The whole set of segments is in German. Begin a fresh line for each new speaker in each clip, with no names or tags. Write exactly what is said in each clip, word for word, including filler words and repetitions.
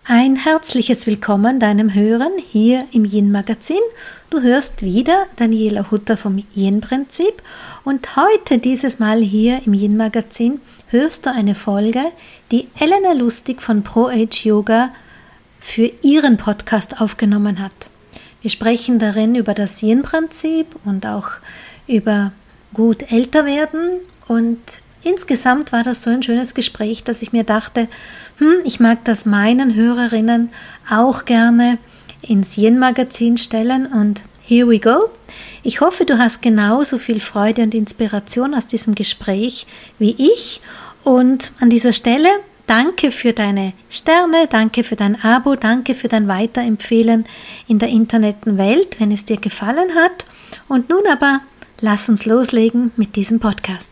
Ein herzliches Willkommen deinem Hören hier im Yin-Magazin. Du hörst wieder Daniela Hutter vom Yin-Prinzip und heute dieses Mal hier im Yin-Magazin hörst du eine Folge, die Elena Lustig von ProAge Yoga für ihren Podcast aufgenommen hat. Wir sprechen darin über das Yin-Prinzip und auch über gut älter werden und insgesamt war das so ein schönes Gespräch, dass ich mir dachte, hm, ich mag das meinen Hörerinnen auch gerne ins Yin-Magazin stellen und here we go. Ich hoffe, du hast genauso viel Freude und Inspiration aus diesem Gespräch wie ich und an dieser Stelle danke für deine Sterne, danke für dein Abo, danke für dein Weiterempfehlen in der Internetwelt, wenn es dir gefallen hat. Und nun aber lass uns loslegen mit diesem Podcast.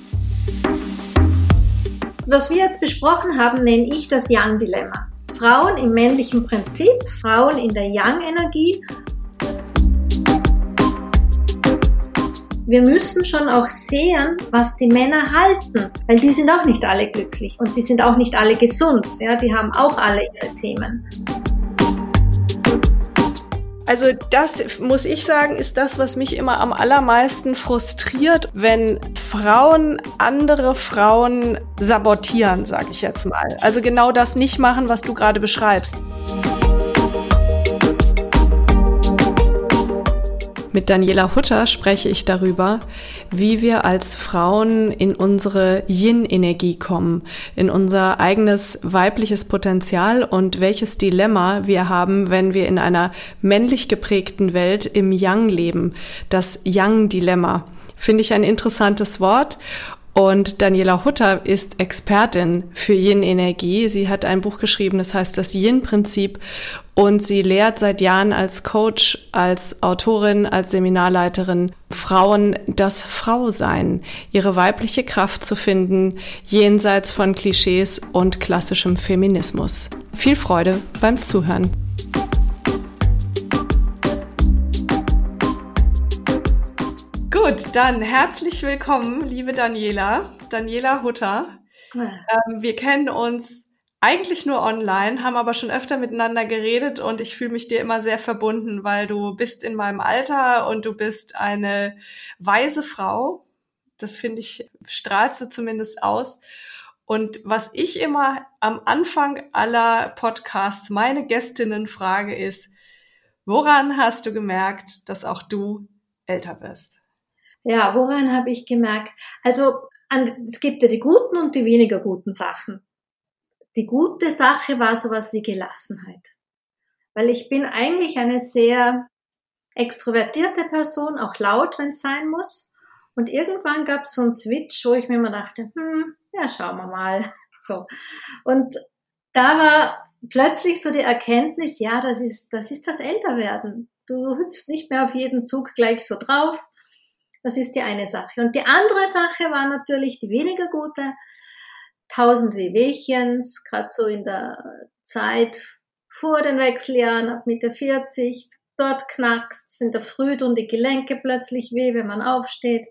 Was wir jetzt besprochen haben, nenne ich das Yang-Dilemma. Frauen im männlichen Prinzip, Frauen in der Yang-Energie. Wir müssen schon auch sehen, was die Männer halten, weil die sind auch nicht alle glücklich und die sind auch nicht alle gesund. Ja, die haben auch alle ihre Themen.
Also das, muss ich sagen, ist das, was mich immer am allermeisten frustriert, wenn Frauen andere Frauen sabotieren, sage ich jetzt mal. Also genau das nicht machen, was du gerade beschreibst. Mit Daniela Hutter spreche ich darüber, wie wir als Frauen in unsere Yin-Energie kommen, in unser eigenes weibliches Potenzial und welches Dilemma wir haben, wenn wir in einer männlich geprägten Welt im Yang leben. Das Yang-Dilemma finde ich ein interessantes Wort. Und Daniela Hutter ist Expertin für Yin-Energie. Sie hat ein Buch geschrieben, das heißt das Yin-Prinzip. Und sie lehrt seit Jahren als Coach, als Autorin, als Seminarleiterin Frauen das Frausein, ihre weibliche Kraft zu finden, jenseits von Klischees und klassischem Feminismus. Viel Freude beim Zuhören. Gut, dann herzlich willkommen, liebe Daniela, Daniela Hutter. Ja. Ähm, wir kennen uns eigentlich nur online, haben aber schon öfter miteinander geredet und ich fühle mich dir immer sehr verbunden, weil du bist in meinem Alter und du bist eine weise Frau. Das finde ich, strahlst du zumindest aus. Und was ich immer am Anfang aller Podcasts meine Gästinnen frage ist, woran hast du gemerkt, dass auch du älter wirst?
Ja, woran habe ich gemerkt? Also an, es gibt ja die guten und die weniger guten Sachen. Die gute Sache war sowas wie Gelassenheit. Weil ich bin eigentlich eine sehr extrovertierte Person, auch laut, wenn es sein muss. Und irgendwann gab es so einen Switch, wo ich mir immer dachte, hm, ja, schauen wir mal. So. Und da war plötzlich so die Erkenntnis, ja, das ist, das ist das Älterwerden. Du hüpfst nicht mehr auf jeden Zug gleich so drauf. Das ist die eine Sache. Und die andere Sache war natürlich die weniger gute. Tausend Wehwehchens, gerade so in der Zeit vor den Wechseljahren, ab Mitte vierzig. Dort knackst's, in der Früh tun die Gelenke plötzlich weh, wenn man aufsteht.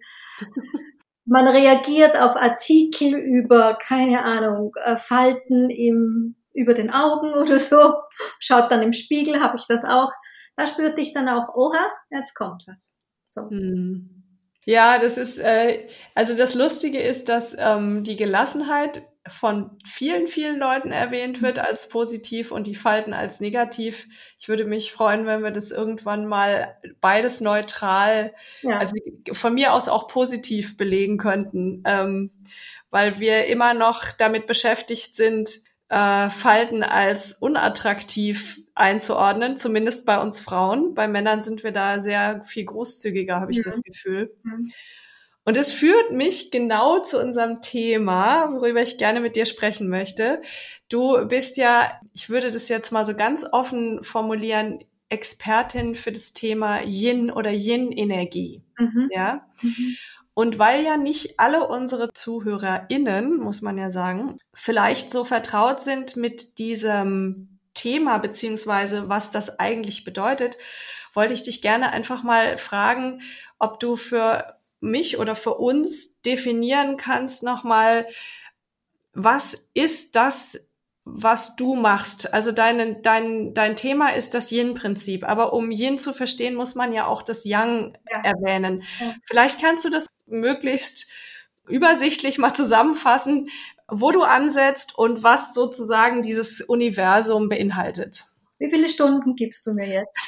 Man reagiert auf Artikel über, keine Ahnung, Falten im, über den Augen oder so. Schaut dann im Spiegel, habe ich das auch. Da spürte ich dann auch, oha, jetzt kommt was. So.
Hm. Ja, das ist, äh, also das Lustige ist, dass ähm, die Gelassenheit von vielen, vielen Leuten erwähnt wird als positiv und die Falten als negativ. Ich würde mich freuen, wenn wir das irgendwann mal beides neutral, ja. also von mir aus auch positiv belegen könnten, ähm, weil wir immer noch damit beschäftigt sind, äh, Falten als unattraktiv einzuordnen, zumindest bei uns Frauen. Bei Männern sind wir da sehr viel großzügiger, habe ich mhm. das Gefühl. Mhm. Und es führt mich genau zu unserem Thema, worüber ich gerne mit dir sprechen möchte. Du bist ja, ich würde das jetzt mal so ganz offen formulieren, Expertin für das Thema Yin oder Yin-Energie. Mhm. Ja. Mhm. Und weil ja nicht alle unsere ZuhörerInnen, muss man ja sagen, vielleicht so vertraut sind mit diesem Thema, beziehungsweise was das eigentlich bedeutet, wollte ich dich gerne einfach mal fragen, ob du für mich oder für uns definieren kannst nochmal, was ist das, was du machst. Also dein, dein, dein Thema ist das Yin-Prinzip. Aber um Yin zu verstehen, muss man ja auch das Yang ja. erwähnen. Ja. Vielleicht kannst du das möglichst übersichtlich mal zusammenfassen, wo du ansetzt und was sozusagen dieses Universum beinhaltet.
Wie viele Stunden gibst du mir jetzt?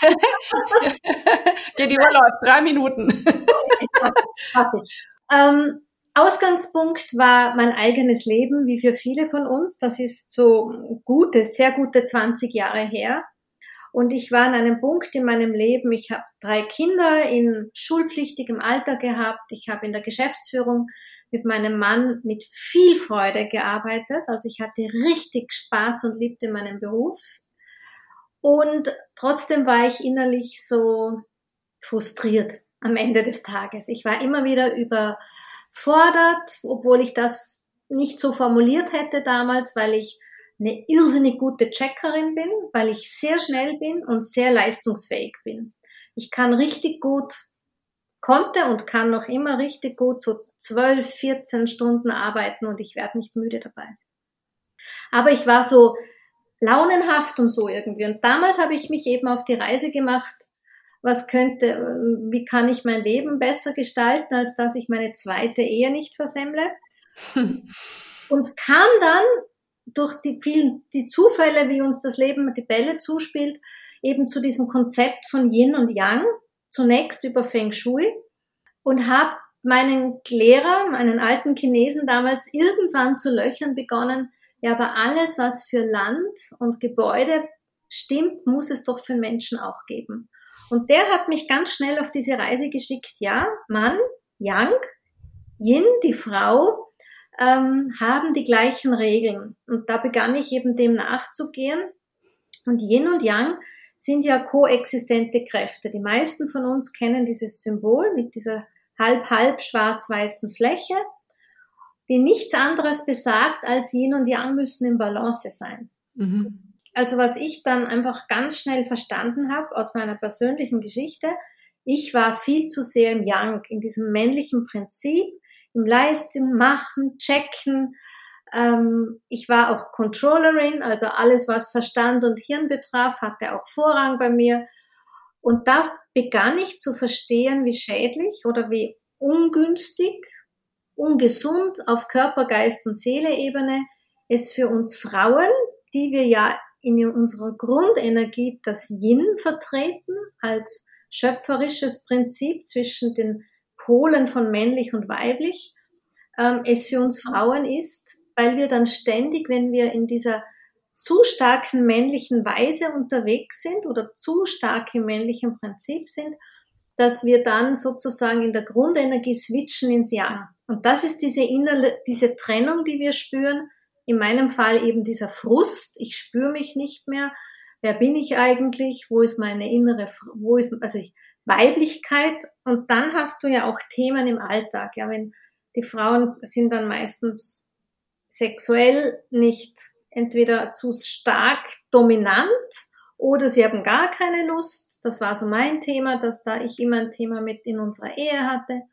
Ja, die Uhr läuft. Drei Minuten.
Mach ich. Ähm, Ausgangspunkt war mein eigenes Leben, wie für viele von uns. Das ist so gute, sehr gute zwanzig Jahre her. Und ich war an einem Punkt in meinem Leben, ich habe drei Kinder in schulpflichtigem Alter gehabt. Ich habe in der Geschäftsführung mit meinem Mann mit viel Freude gearbeitet. Also ich hatte richtig Spaß und liebte meinen Beruf. Und trotzdem war ich innerlich so frustriert am Ende des Tages. Ich war immer wieder überfordert, obwohl ich das nicht so formuliert hätte damals, weil ich eine irrsinnig gute Checkerin bin, weil ich sehr schnell bin und sehr leistungsfähig bin. Ich kann richtig gut, konnte und kann noch immer richtig gut so zwölf, vierzehn Stunden arbeiten und ich werde nicht müde dabei. Aber ich war so launenhaft und so irgendwie. Und damals habe ich mich eben auf die Reise gemacht, was könnte, wie kann ich mein Leben besser gestalten, als dass ich meine zweite Ehe nicht versemmle. Hm. Und kam dann durch die vielen, die Zufälle, wie uns das Leben die Bälle zuspielt, eben zu diesem Konzept von Yin und Yang, zunächst über Feng Shui und habe meinen Lehrer, meinen alten Chinesen damals irgendwann zu löchern begonnen, ja, aber alles, was für Land und Gebäude stimmt, muss es doch für Menschen auch geben. Und der hat mich ganz schnell auf diese Reise geschickt, ja, Mann, Yang, Yin, die Frau, ähm, haben die gleichen Regeln. Und da begann ich eben dem nachzugehen. Und Yin und Yang sind ja koexistente Kräfte. Die meisten von uns kennen dieses Symbol mit dieser halb-halb schwarz-weißen Fläche, die nichts anderes besagt, als Yin und Yang müssen im Balance sein. Mhm. Also was ich dann einfach ganz schnell verstanden habe aus meiner persönlichen Geschichte, ich war viel zu sehr im Yang, in diesem männlichen Prinzip, im Leisten, Machen, Checken. Ähm, ich war auch Controllerin, also alles, was Verstand und Hirn betraf, hatte auch Vorrang bei mir. Und da begann ich zu verstehen, wie schädlich oder wie ungünstig, ungesund auf Körper, Geist und Seele-Ebene es für uns Frauen, die wir ja in unserer Grundenergie das Yin vertreten, als schöpferisches Prinzip zwischen den Polen von männlich und weiblich, ähm, es für uns Frauen ist, weil wir dann ständig, wenn wir in dieser zu starken männlichen Weise unterwegs sind oder zu stark im männlichen Prinzip sind, dass wir dann sozusagen in der Grundenergie switchen ins Yang. Und das ist diese innere, diese Trennung, die wir spüren. In meinem Fall eben dieser Frust. Ich spüre mich nicht mehr. Wer bin ich eigentlich? Wo ist meine innere, wo ist, also Weiblichkeit? Und dann hast du ja auch Themen im Alltag. Ja, wenn die Frauen sind dann meistens sexuell nicht entweder zu stark dominant oder sie haben gar keine Lust. Das war so mein Thema, dass da ich immer ein Thema mit in unserer Ehe hatte.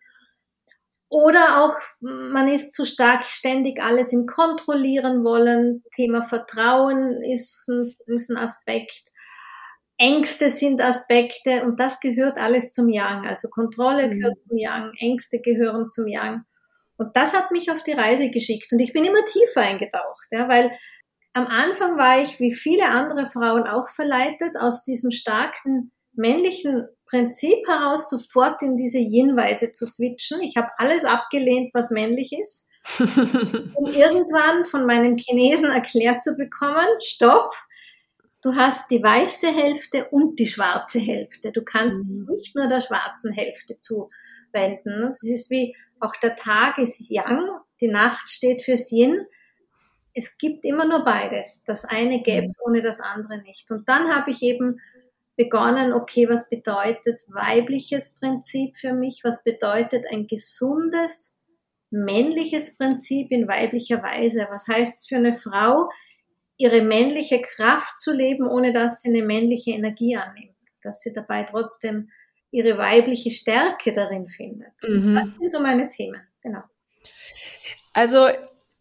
Oder auch, man ist zu stark ständig alles im Kontrollieren wollen. Thema Vertrauen ist ein, ist ein Aspekt. Ängste sind Aspekte und das gehört alles zum Yang. Also Kontrolle gehört mhm. zum Yang, Ängste gehören zum Yang. Und das hat mich auf die Reise geschickt. Und ich bin immer tiefer eingetaucht, ja, weil am Anfang war ich, wie viele andere Frauen auch verleitet, aus diesem starken männlichen Prinzip heraus sofort in diese Yin-Weise zu switchen. Ich habe alles abgelehnt, was männlich ist. Um irgendwann von meinem Chinesen erklärt zu bekommen, stopp, du hast die weiße Hälfte und die schwarze Hälfte. Du kannst dich nicht nur der schwarzen Hälfte zuwenden. Das ist wie, auch der Tag ist Yang, die Nacht steht fürs Yin. Es gibt immer nur beides. Das eine gäbe es ohne das andere nicht. Und dann habe ich eben begonnen, okay, was bedeutet weibliches Prinzip für mich? Was bedeutet ein gesundes, männliches Prinzip in weiblicher Weise? Was heißt es für eine Frau, ihre männliche Kraft zu leben, ohne dass sie eine männliche Energie annimmt? Dass sie dabei trotzdem ihre weibliche Stärke darin findet. Mhm. Das sind so meine Themen, genau.
Also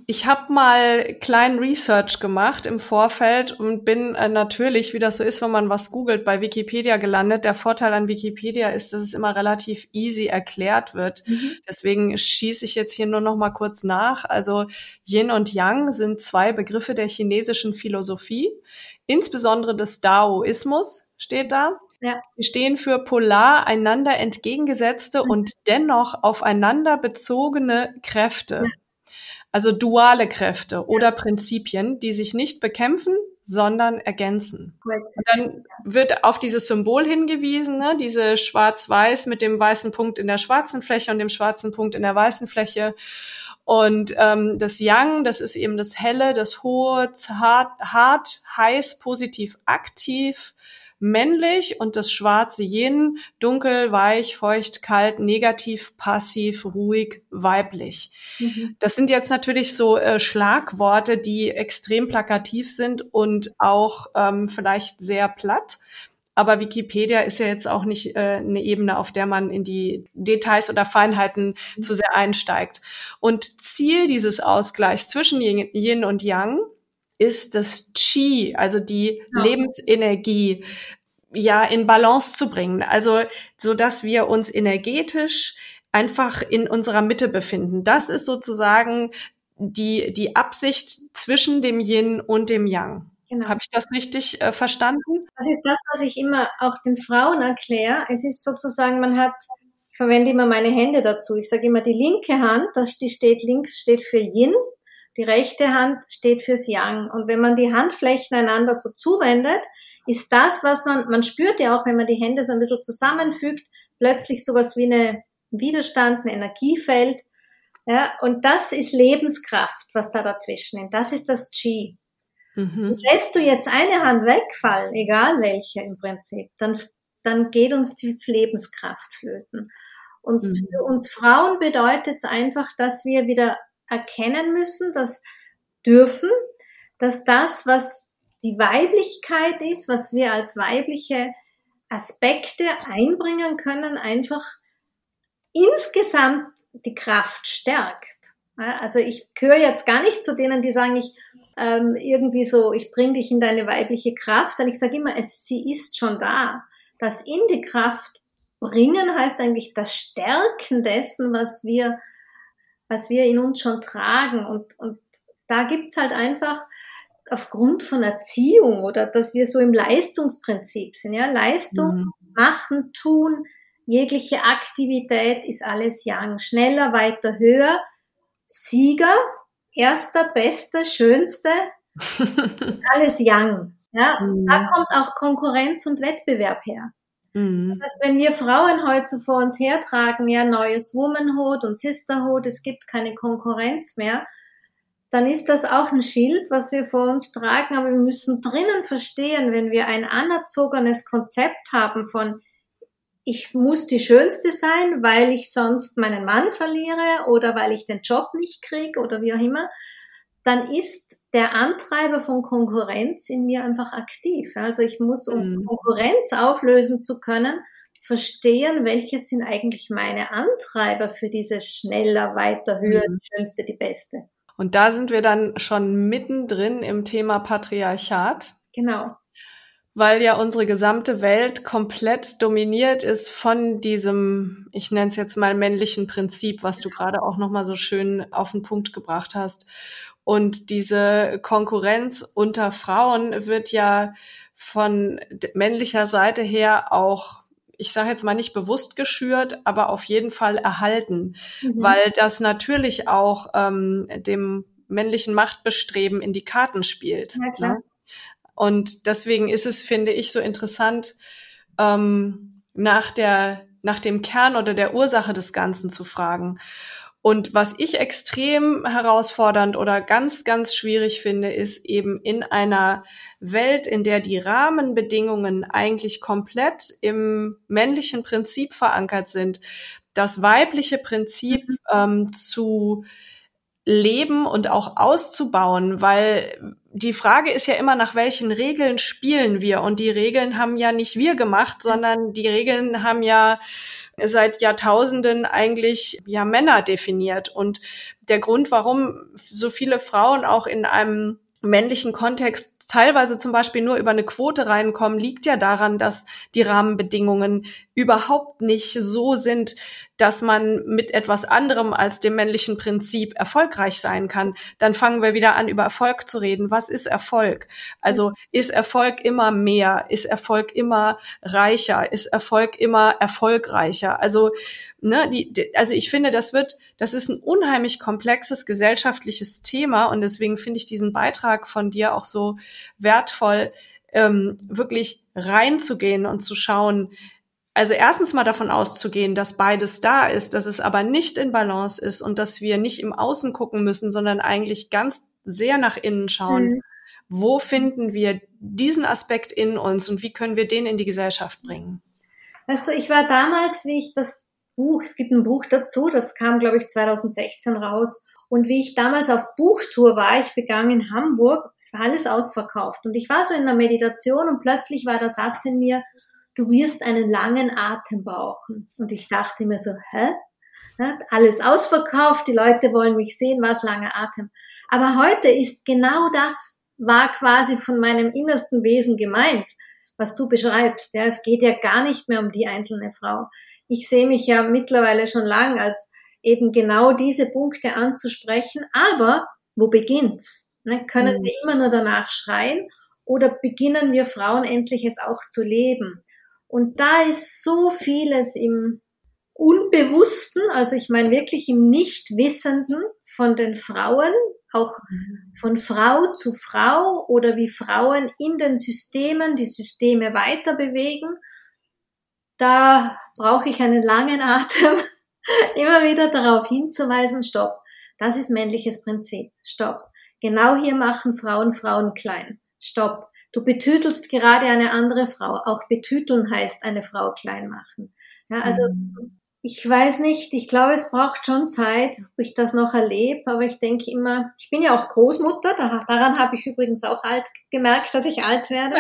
Ich habe mal kleinen Research gemacht im Vorfeld und bin äh, natürlich, wie das so ist, wenn man was googelt, bei Wikipedia gelandet. Der Vorteil an Wikipedia ist, dass es immer relativ easy erklärt wird. Mhm. Deswegen schieße ich jetzt hier nur noch mal kurz nach. Also Yin und Yang sind zwei Begriffe der chinesischen Philosophie, insbesondere des Daoismus steht da. Ja. Sie stehen für polar einander entgegengesetzte mhm. und dennoch aufeinander bezogene Kräfte. Ja. Also duale Kräfte oder Prinzipien, die sich nicht bekämpfen, sondern ergänzen. Und dann wird auf dieses Symbol hingewiesen, ne, diese Schwarz-Weiß mit dem weißen Punkt in der schwarzen Fläche und dem schwarzen Punkt in der weißen Fläche. Und ähm, das Yang, das ist eben das Helle, das Hohe, hart, hart, heiß, positiv, aktiv, männlich, und das schwarze Yin, dunkel, weich, feucht, kalt, negativ, passiv, ruhig, weiblich. Mhm. Das sind jetzt natürlich so äh, Schlagworte, die extrem plakativ sind und auch ähm, vielleicht sehr platt. Aber Wikipedia ist ja jetzt auch nicht äh, eine Ebene, auf der man in die Details oder Feinheiten mhm. zu sehr einsteigt. Und Ziel dieses Ausgleichs zwischen Yin und Yang ist das Qi, also die ja. Lebensenergie, ja, in Balance zu bringen. Also, so dass wir uns energetisch einfach in unserer Mitte befinden. Das ist sozusagen die, die Absicht zwischen dem Yin und dem Yang. Genau. Habe ich das richtig äh, verstanden?
Das ist das, was ich immer auch den Frauen erkläre. Es ist sozusagen, man hat, ich verwende immer meine Hände dazu. Ich sage immer, die linke Hand, das, die steht links, steht für Yin. Die rechte Hand steht fürs Yang. Und wenn man die Handflächen einander so zuwendet, ist das, was man, man spürt ja auch, wenn man die Hände so ein bisschen zusammenfügt, plötzlich sowas wie eine Widerstand, ein Energiefeld. Ja, und das ist Lebenskraft, was da dazwischen ist. Das ist das Qi. Mhm. Und lässt du jetzt eine Hand wegfallen, egal welche im Prinzip, dann, dann geht uns die Lebenskraft flöten. Und mhm. für uns Frauen bedeutet es einfach, dass wir wieder erkennen müssen, dass dürfen, dass das, was die Weiblichkeit ist, was wir als weibliche Aspekte einbringen können, einfach insgesamt die Kraft stärkt. Also ich gehöre jetzt gar nicht zu denen, die sagen, ich ähm, irgendwie so, ich bringe dich in deine weibliche Kraft, denn ich sage immer, es, sie ist schon da. Das in die Kraft bringen heißt eigentlich das Stärken dessen, was wir was wir in uns schon tragen. Und, und da gibt's halt einfach aufgrund von Erziehung oder dass wir so im Leistungsprinzip sind. Ja, Leistung, mhm. machen, tun, jegliche Aktivität ist alles Yang. Schneller, weiter, höher, Sieger, erster, bester, schönste, ist alles Yang. Ja, mhm. Da kommt auch Konkurrenz und Wettbewerb her. Das heißt, wenn wir Frauen heute so vor uns hertragen, ja, neues Womanhood und Sisterhood, es gibt keine Konkurrenz mehr, dann ist das auch ein Schild, was wir vor uns tragen, aber wir müssen drinnen verstehen, wenn wir ein anerzogenes Konzept haben von, ich muss die Schönste sein, weil ich sonst meinen Mann verliere oder weil ich den Job nicht kriege oder wie auch immer, dann ist der Antreiber von Konkurrenz in mir einfach aktiv. Also ich muss, um mhm. Konkurrenz auflösen zu können, verstehen, welche sind eigentlich meine Antreiber für dieses schneller, weiter, höher, mhm. die schönste, die beste.
Und da sind wir dann schon mittendrin im Thema Patriarchat.
Genau.
Weil ja unsere gesamte Welt komplett dominiert ist von diesem, ich nenne es jetzt mal männlichen Prinzip, was du gerade auch nochmal so schön auf den Punkt gebracht hast. Und diese Konkurrenz unter Frauen wird ja von männlicher Seite her auch, ich sage jetzt mal nicht bewusst geschürt, aber auf jeden Fall erhalten, mhm. weil das natürlich auch ähm, dem männlichen Machtbestreben in die Karten spielt.
Ja, klar.
Ne? Und deswegen ist es, finde ich, so interessant, ähm, nach der, nach dem Kern oder der Ursache des Ganzen zu fragen. Und was ich extrem herausfordernd oder ganz, ganz schwierig finde, ist eben in einer Welt, in der die Rahmenbedingungen eigentlich komplett im männlichen Prinzip verankert sind, das weibliche Prinzip ähm, zu leben und auch auszubauen, weil die Frage ist ja immer, nach welchen Regeln spielen wir? Und die Regeln haben ja nicht wir gemacht, sondern die Regeln haben ja seit Jahrtausenden eigentlich ja Männer definiert. Und der Grund, warum so viele Frauen auch in einem männlichen Kontext teilweise zum Beispiel nur über eine Quote reinkommen, liegt ja daran, dass die Rahmenbedingungen überhaupt nicht so sind, dass man mit etwas anderem als dem männlichen Prinzip erfolgreich sein kann. Dann fangen wir wieder an, über Erfolg zu reden. Was ist Erfolg? Also ist Erfolg immer mehr? Ist Erfolg immer reicher? Ist Erfolg immer erfolgreicher? Also, ne, die, die, also ich finde, das wird, das ist ein unheimlich komplexes gesellschaftliches Thema und deswegen finde ich diesen Beitrag von dir auch so wertvoll, ähm, wirklich reinzugehen und zu schauen, also erstens mal davon auszugehen, dass beides da ist, dass es aber nicht in Balance ist und dass wir nicht im Außen gucken müssen, sondern eigentlich ganz sehr nach innen schauen, mhm. wo finden wir diesen Aspekt in uns und wie können wir den in die Gesellschaft bringen?
Weißt du, ich war damals, wie ich das Buch, es gibt ein Buch dazu, das kam, glaube ich, zwanzig sechzehn raus. Und wie ich damals auf Buchtour war, ich begann in Hamburg, es war alles ausverkauft. Und ich war so in der Meditation und plötzlich war der Satz in mir, du wirst einen langen Atem brauchen. Und ich dachte mir so, hä? Ja, alles ausverkauft, die Leute wollen mich sehen, was langer Atem. Aber heute ist genau das, war quasi von meinem innersten Wesen gemeint, was du beschreibst. Ja, es geht ja gar nicht mehr um die einzelne Frau. Ich sehe mich ja mittlerweile schon lang als eben genau diese Punkte anzusprechen. Aber wo beginnt's? Ne, können mhm. wir immer nur danach schreien oder beginnen wir Frauen endlich es auch zu leben? Und da ist so vieles im Unbewussten, also ich meine wirklich im Nichtwissenden von den Frauen, auch von Frau zu Frau oder wie Frauen in den Systemen die Systeme weiter bewegen. Da brauche ich einen langen Atem, immer wieder darauf hinzuweisen, stopp, das ist männliches Prinzip, stopp. Genau hier machen Frauen Frauen klein, stopp. Du betütelst gerade eine andere Frau. Auch betüteln heißt eine Frau klein machen. Ja, also mhm. ich weiß nicht, ich glaube, es braucht schon Zeit, ob ich das noch erlebe, aber ich denke immer, ich bin ja auch Großmutter, daran habe ich übrigens auch alt gemerkt, dass ich alt werde.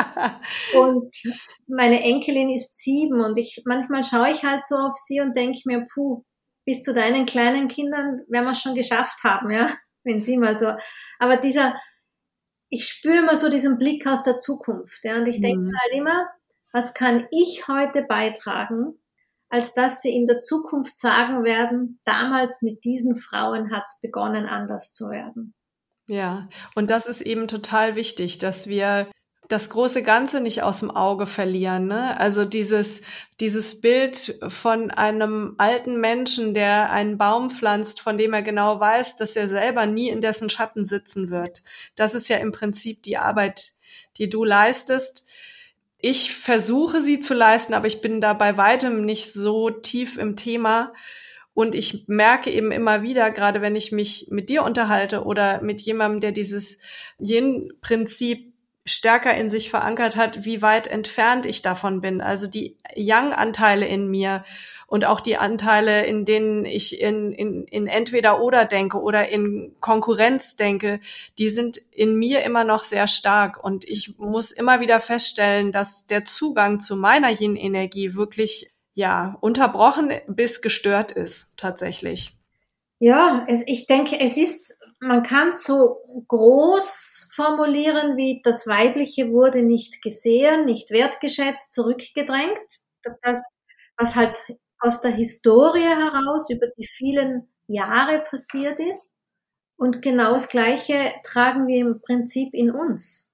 Und meine Enkelin ist sieben und ich manchmal schaue ich halt so auf sie und denke mir, puh, bis zu deinen kleinen Kindern werden wir es schon geschafft haben, ja, wenn sie mal so. Aber dieser ich spüre immer so diesen Blick aus der Zukunft, ja, und ich denke mhm. halt immer, was kann ich heute beitragen, als dass sie in der Zukunft sagen werden, damals mit diesen Frauen hat's begonnen, anders zu werden.
Ja, und das ist eben total wichtig, dass wir das große Ganze nicht aus dem Auge verlieren, ne? Also dieses, dieses Bild von einem alten Menschen, der einen Baum pflanzt, von dem er genau weiß, dass er selber nie in dessen Schatten sitzen wird. Das ist ja im Prinzip die Arbeit, die du leistest. Ich versuche sie zu leisten, aber ich bin da bei weitem nicht so tief im Thema. Und ich merke eben immer wieder, gerade wenn ich mich mit dir unterhalte oder mit jemandem, der dieses Yin-Prinzip stärker in sich verankert hat, wie weit entfernt ich davon bin. Also die Yang-Anteile in mir und auch die Anteile, in denen ich in, in, in Entweder-Oder denke oder in Konkurrenz denke, die sind in mir immer noch sehr stark. Und ich muss immer wieder feststellen, dass der Zugang zu meiner Yin-Energie wirklich, ja, unterbrochen bis gestört ist, tatsächlich.
Ja, es, ich denke, es ist, man kann es so groß formulieren, wie das Weibliche wurde nicht gesehen, nicht wertgeschätzt, zurückgedrängt. Das, was halt aus der Historie heraus über die vielen Jahre passiert ist. Und genau das Gleiche tragen wir im Prinzip in uns.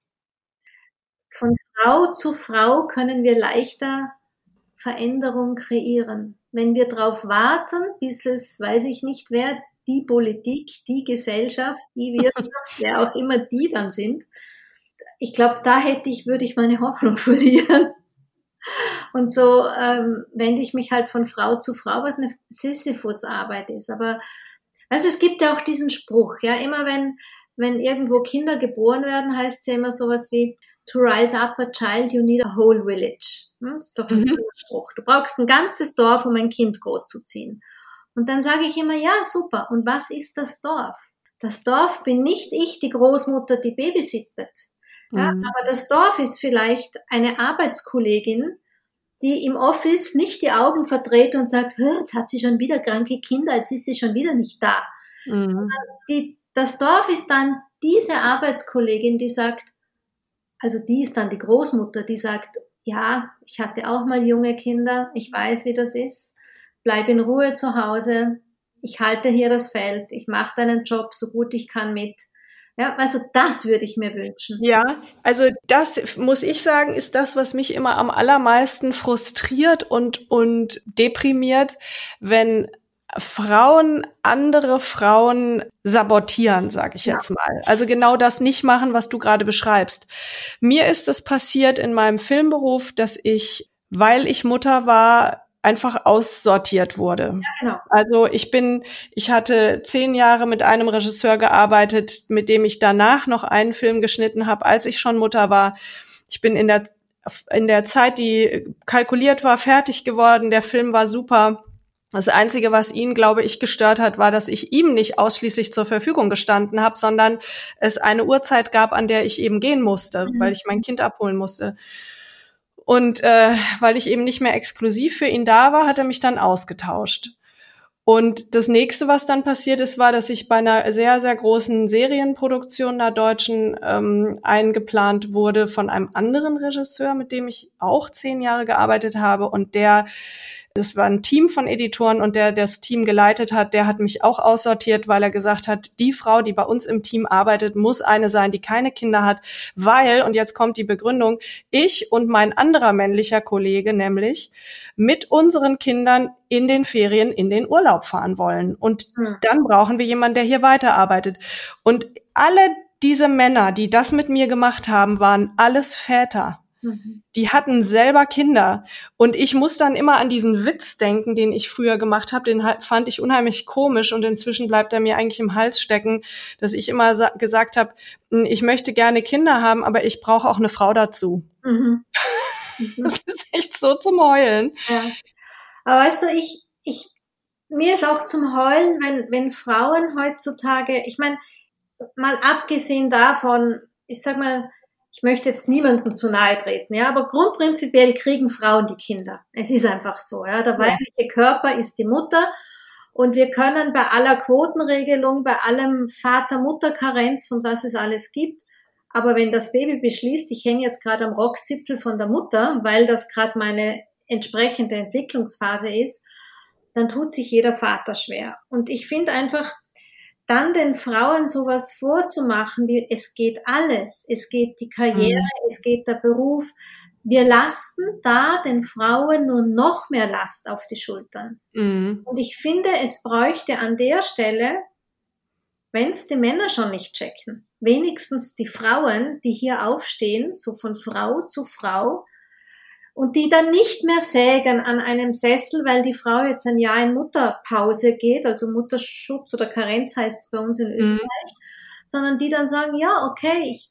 Von Frau zu Frau können wir leichter Veränderung kreieren. Wenn wir darauf warten, bis es, weiß ich nicht wer, die Politik, die Gesellschaft, die Wirtschaft, wer auch immer die dann sind, ich glaube, da hätte ich, würde ich meine Hoffnung verlieren. Und so ähm, wende ich mich halt von Frau zu Frau, was eine Sisyphus-Arbeit ist. Aber also es gibt ja auch diesen Spruch, ja, immer wenn, wenn irgendwo Kinder geboren werden, heißt es ja immer sowas wie to rise up a child, you need a whole village. Das ist doch ein mhm. Spruch. Du brauchst ein ganzes Dorf, um ein Kind großzuziehen. Und dann sage ich immer, ja, super. Und was ist das Dorf? Das Dorf bin nicht ich, die Großmutter, die babysittet. Ja, mhm. Aber das Dorf ist vielleicht eine Arbeitskollegin, die im Office nicht die Augen verdreht und sagt, jetzt hat sie schon wieder kranke Kinder, jetzt ist sie schon wieder nicht da.
Mhm.
Die, das Dorf ist dann diese Arbeitskollegin, die sagt, also die ist dann die Großmutter, die sagt, ja, ich hatte auch mal junge Kinder, ich weiß, wie das ist, bleib in Ruhe zu Hause, ich halte hier das Feld, ich mache deinen Job so gut ich kann mit. Ja, also das würde ich mir wünschen.
Ja, also das muss ich sagen, ist das, was mich immer am allermeisten frustriert und, und deprimiert, wenn Frauen andere Frauen sabotieren, sage ich
Ja.
jetzt mal. Also genau das nicht machen, was du gerade beschreibst. Mir ist es passiert in meinem Filmberuf, dass ich, weil ich Mutter war, einfach aussortiert wurde.
Ja, genau.
Also ich bin, ich hatte zehn Jahre mit einem Regisseur gearbeitet, mit dem ich danach noch einen Film geschnitten habe, als ich schon Mutter war. Ich bin in der, in der Zeit, die kalkuliert war, fertig geworden. Der Film war super. Das Einzige, was ihn, glaube ich, gestört hat, war, dass ich ihm nicht ausschließlich zur Verfügung gestanden habe, sondern es eine Uhrzeit gab, an der ich eben gehen musste,
Mhm.
weil ich mein Kind abholen musste. Und äh, weil ich eben nicht mehr exklusiv für ihn da war, hat er mich dann ausgetauscht. Und das nächste, was dann passiert ist, war, dass ich bei einer sehr, sehr großen Serienproduktion einer deutschen ähm, eingeplant wurde von einem anderen Regisseur, mit dem ich auch zehn Jahre gearbeitet habe. Und der, das war ein Team von Editoren und der, der das Team geleitet hat, der hat mich auch aussortiert, weil er gesagt hat, die Frau, die bei uns im Team arbeitet, muss eine sein, die keine Kinder hat, weil, und jetzt kommt die Begründung, ich und mein anderer männlicher Kollege nämlich mit unseren Kindern in den Ferien in den Urlaub fahren wollen. Und
Mhm.
dann brauchen wir jemanden, der hier weiterarbeitet. Und alle diese Männer, die das mit mir gemacht haben, waren alles Väter.
Mhm.
Die hatten selber Kinder. Und ich muss dann immer an diesen Witz denken, den ich früher gemacht habe. Den fand ich unheimlich komisch und inzwischen bleibt er mir eigentlich im Hals stecken, dass ich immer sa- gesagt habe, ich möchte gerne Kinder haben, aber ich brauche auch eine Frau dazu.
Mhm. Mhm.
Das ist echt so zum Heulen.
Ja. Aber weißt du, ich, ich, mir ist auch zum Heulen, wenn, wenn Frauen heutzutage, ich meine, mal abgesehen davon, ich sag mal, ich möchte jetzt niemandem zu nahe treten, ja, aber grundprinzipiell kriegen Frauen die Kinder. Es ist einfach so, ja. Der weibliche Körper ist die Mutter und wir können bei aller Quotenregelung, bei allem Vater-Mutter-Karenz und was es alles gibt, aber wenn das Baby beschließt, ich hänge jetzt gerade am Rockzipfel von der Mutter, weil das gerade meine entsprechende Entwicklungsphase ist, dann tut sich jeder Vater schwer. Und ich finde einfach, dann den Frauen sowas vorzumachen, wie es geht alles, es geht die Karriere, mhm. es geht der Beruf. Wir lasten da den Frauen nur noch mehr Last auf die Schultern. Mhm. Und ich finde, es bräuchte an der Stelle, wenn es die Männer schon nicht checken, wenigstens die Frauen, die hier aufstehen, so von Frau zu Frau, und die dann nicht mehr sägen an einem Sessel, weil die Frau jetzt ein Jahr in Mutterpause geht, also Mutterschutz oder Karenz heißt es bei uns in Österreich, mhm. sondern die dann sagen, ja, okay, ich,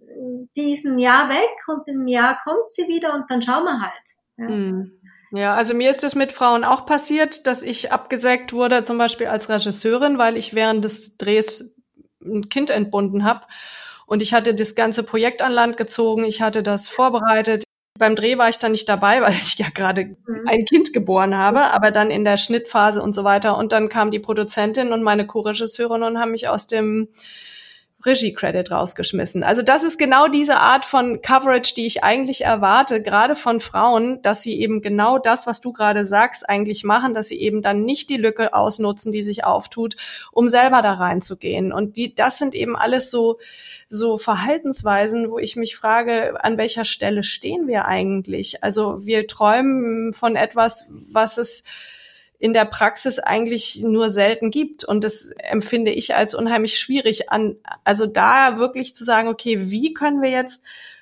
die ist ein Jahr weg und im Jahr kommt sie wieder und dann schauen wir halt. Ja.
Mhm. Ja, also mir ist es mit Frauen auch passiert, dass ich abgesägt wurde, zum Beispiel als Regisseurin, weil ich während des Drehs ein Kind entbunden habe. Und ich hatte das ganze Projekt an Land gezogen, ich hatte das vorbereitet. Beim Dreh war ich dann nicht dabei, weil ich ja gerade mhm. ein Kind geboren habe, aber dann in der Schnittphase und so weiter. Und dann kam die Produzentin und meine Co-Regisseurin und haben mich aus dem Regie-Credit rausgeschmissen. Also das ist genau diese Art von Coverage, die ich eigentlich erwarte, gerade von Frauen, dass sie eben genau das, was du gerade sagst, eigentlich machen, dass sie eben dann nicht die Lücke ausnutzen, die sich auftut, um selber da reinzugehen. Und die, das sind eben alles so, so Verhaltensweisen, wo ich mich frage, an welcher Stelle stehen wir eigentlich? Also wir träumen von etwas, was es in der Praxis eigentlich nur selten gibt. Und das empfinde ich als unheimlich schwierig an. Also da wirklich zu sagen, okay, wie können wir jetzt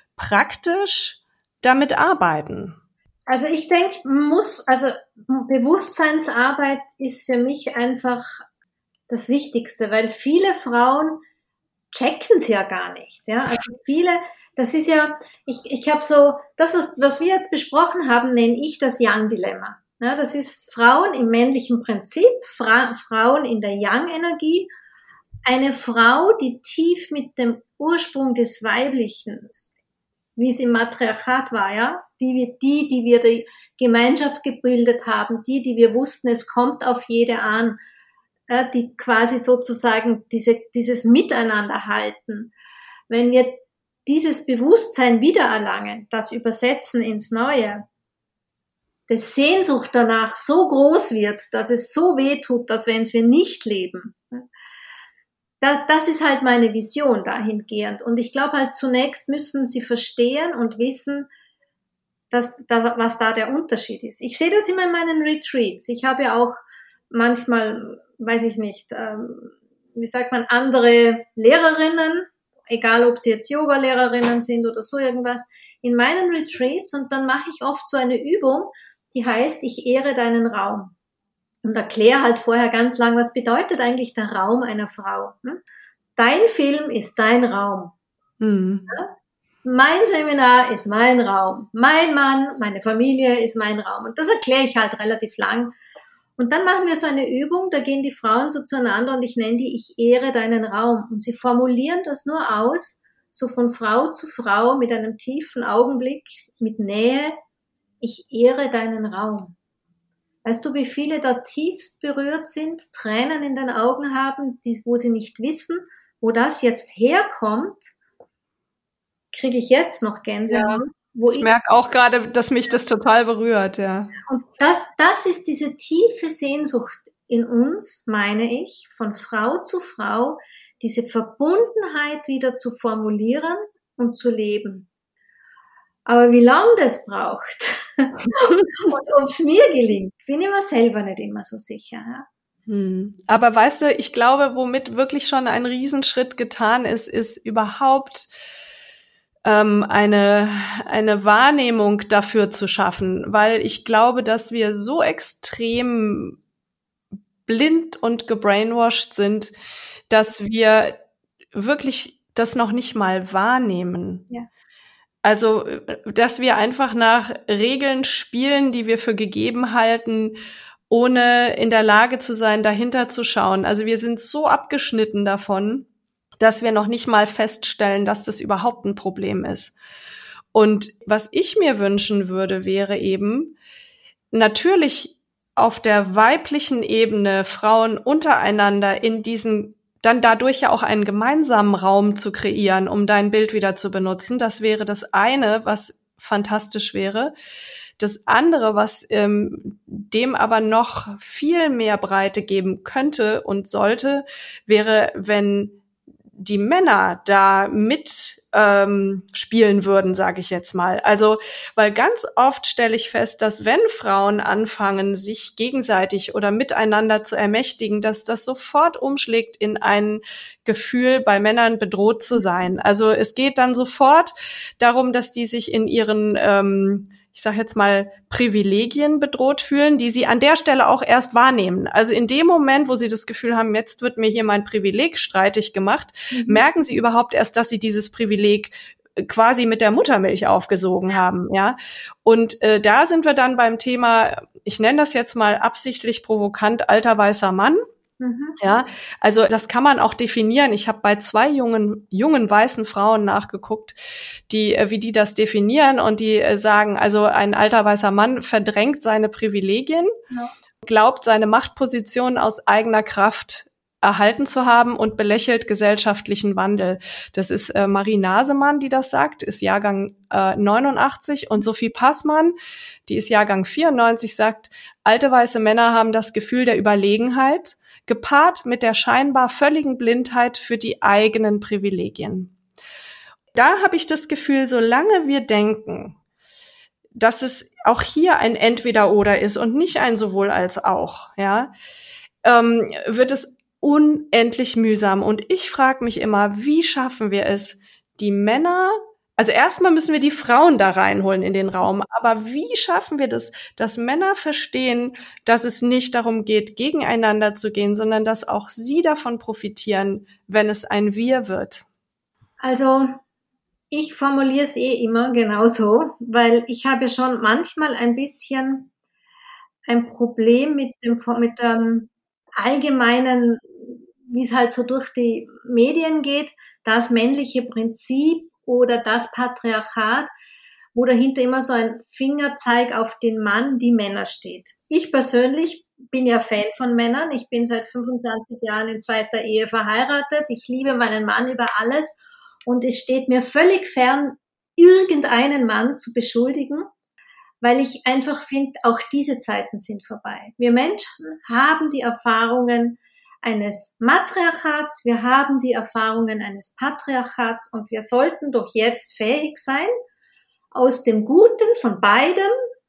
praktisch damit arbeiten?
Also ich denke, muss, also Bewusstseinsarbeit ist für mich einfach das Wichtigste, weil viele Frauen checken es ja gar nicht. Ja, also viele, das ist ja, ich, ich habe so, das, was, was wir jetzt besprochen haben, nenne ich das Yang-Dilemma. Ja, das ist Frauen im männlichen Prinzip, Fra- Frauen in der Yang-Energie, eine Frau, die tief mit dem Ursprung des Weiblichen, wie es im Matriarchat war, ja, die, wir, die, die wir die Gemeinschaft gebildet haben, die, die wir wussten, es kommt auf jede an, äh, die quasi sozusagen diese, dieses Miteinander halten, wenn wir dieses Bewusstsein wiedererlangen, das Übersetzen ins Neue, dass Sehnsucht danach so groß wird, dass es so weh tut, dass wenn wir nicht leben. Das ist halt meine Vision dahingehend. Und ich glaube halt, zunächst müssen sie verstehen und wissen, dass, da, was da der Unterschied ist. Ich sehe das immer in meinen Retreats. Ich habe ja auch manchmal, weiß ich nicht, ähm, wie sagt man, andere Lehrerinnen, egal ob sie jetzt Yoga-Lehrerinnen sind oder so irgendwas, in meinen Retreats, und dann mache ich oft so eine Übung, die heißt, ich ehre deinen Raum. Und erkläre halt vorher ganz lang, was bedeutet eigentlich der Raum einer Frau. Dein Film ist dein Raum. Mhm. Ja? Mein Seminar ist mein Raum. Mein Mann, meine Familie ist mein Raum. Und das erkläre ich halt relativ lang. Und dann machen wir so eine Übung, da gehen die Frauen so zueinander und ich nenne die, ich ehre deinen Raum. Und sie formulieren das nur aus, so von Frau zu Frau mit einem tiefen Augenblick, mit Nähe, ich ehre deinen Raum. Weißt du, wie viele da tiefst berührt sind, Tränen in den Augen haben, die, wo sie nicht wissen, wo das jetzt herkommt, kriege ich jetzt noch Gänsehaut.
Ja, wo ich, ich merke auch gerade, dass mich das total berührt, ja.
Und das, das ist diese tiefe Sehnsucht in uns, meine ich, von Frau zu Frau, diese Verbundenheit wieder zu formulieren und zu leben. Aber wie lange das braucht und ob es mir gelingt, bin ich mir selber nicht immer so sicher. Ja?
Hm. Aber weißt du, ich glaube, womit wirklich schon ein Riesenschritt getan ist, ist überhaupt ähm, eine, eine Wahrnehmung dafür zu schaffen. Weil ich glaube, dass wir so extrem blind und gebrainwashed sind, dass wir wirklich das noch nicht mal wahrnehmen. Ja. Also, dass wir einfach nach Regeln spielen, die wir für gegeben halten, ohne in der Lage zu sein, dahinter zu schauen. Also wir sind so abgeschnitten davon, dass wir noch nicht mal feststellen, dass das überhaupt ein Problem ist. Und was ich mir wünschen würde, wäre eben natürlich auf der weiblichen Ebene Frauen untereinander in diesen dann dadurch ja auch einen gemeinsamen Raum zu kreieren, um dein Bild wieder zu benutzen. Das wäre das eine, was fantastisch wäre. Das andere, was ähm, dem aber noch viel mehr Breite geben könnte und sollte, wäre, wenn die Männer da mit ähm, spielen würden, sage ich jetzt mal. Also, weil ganz oft stelle ich fest, dass wenn Frauen anfangen, sich gegenseitig oder miteinander zu ermächtigen, dass das sofort umschlägt in ein Gefühl, bei Männern bedroht zu sein. Also es geht dann sofort darum, dass die sich in ihren ähm, ich sage jetzt mal, Privilegien bedroht fühlen, die sie an der Stelle auch erst wahrnehmen. Also in dem Moment, wo sie das Gefühl haben, jetzt wird mir hier mein Privileg streitig gemacht, mhm. merken sie überhaupt erst, dass sie dieses Privileg quasi mit der Muttermilch aufgesogen haben, ja. Und äh, da sind wir dann beim Thema, ich nenne das jetzt mal absichtlich provokant, alter weißer Mann. Mhm. Ja, also das kann man auch definieren. Ich habe bei zwei jungen jungen weißen Frauen nachgeguckt, die wie die das definieren und die sagen, also ein alter weißer Mann verdrängt seine Privilegien, ja. glaubt seine Machtposition aus eigener Kraft erhalten zu haben und belächelt gesellschaftlichen Wandel. Das ist äh, Marie Nasemann, die das sagt, ist Jahrgang äh, neunundachtzig, und Sophie Passmann, die ist Jahrgang vierundneunzig, sagt, alte weiße Männer haben das Gefühl der Überlegenheit, gepaart mit der scheinbar völligen Blindheit für die eigenen Privilegien. Da habe ich das Gefühl, solange wir denken, dass es auch hier ein Entweder-Oder ist und nicht ein sowohl als auch, ja, ähm, wird es unendlich mühsam. Und ich frage mich immer, wie schaffen wir es, die Männer, also erstmal müssen wir die Frauen da reinholen in den Raum, aber wie schaffen wir das, dass Männer verstehen, dass es nicht darum geht, gegeneinander zu gehen, sondern dass auch sie davon profitieren, wenn es ein Wir wird?
Also ich formuliere es eh immer genauso, weil ich habe schon manchmal ein bisschen ein Problem mit dem, mit dem allgemeinen, wie es halt so durch die Medien geht, das männliche Prinzip oder das Patriarchat, wo dahinter immer so ein Fingerzeig auf den Mann, die Männer steht. Ich persönlich bin ja Fan von Männern. Ich bin seit fünfundzwanzig Jahren in zweiter Ehe verheiratet. Ich liebe meinen Mann über alles. Und es steht mir völlig fern, irgendeinen Mann zu beschuldigen, weil ich einfach finde, auch diese Zeiten sind vorbei. Wir Menschen haben die Erfahrungen eines Matriarchats, wir haben die Erfahrungen eines Patriarchats und wir sollten doch jetzt fähig sein, aus dem Guten von beidem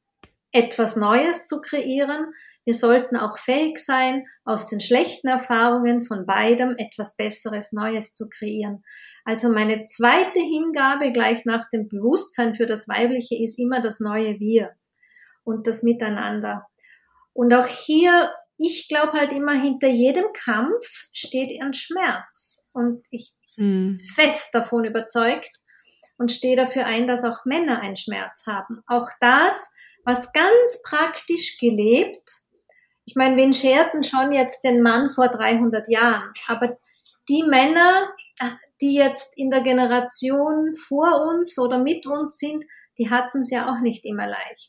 etwas Neues zu kreieren. Wir sollten auch fähig sein, aus den schlechten Erfahrungen von beidem etwas Besseres, Neues zu kreieren. Also meine zweite Hingabe gleich nach dem Bewusstsein für das Weibliche ist immer das neue Wir und das Miteinander. Und auch hier, ich glaube halt immer, hinter jedem Kampf steht ein Schmerz. Und ich bin hm. fest davon überzeugt und stehe dafür ein, dass auch Männer einen Schmerz haben. Auch das, was ganz praktisch gelebt. Ich meine, wen scherten schon jetzt den Mann vor dreihundert Jahren? Aber die Männer, die jetzt in der Generation vor uns oder mit uns sind, die hatten es ja auch nicht immer leicht.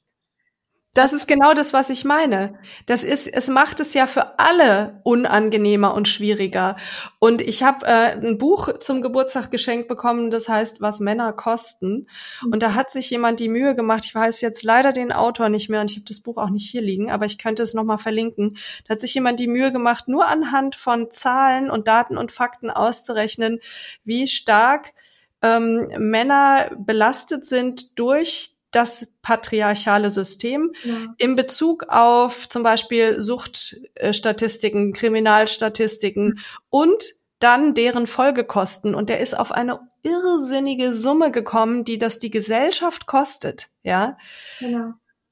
Das ist genau das, was ich meine. Das ist, es macht es ja für alle unangenehmer und schwieriger. Und ich habe äh, ein Buch zum Geburtstag geschenkt bekommen, das heißt, was Männer kosten. Und da hat sich jemand die Mühe gemacht, ich weiß jetzt leider den Autor nicht mehr und ich habe das Buch auch nicht hier liegen, aber ich könnte es nochmal verlinken. Da hat sich jemand die Mühe gemacht, nur anhand von Zahlen und Daten und Fakten auszurechnen, wie stark ähm, Männer belastet sind durch das patriarchale System ja. in Bezug auf zum Beispiel Suchtstatistiken, Kriminalstatistiken mhm. und dann deren Folgekosten. Und der ist auf eine irrsinnige Summe gekommen, die das die Gesellschaft kostet. Ja.
Genau.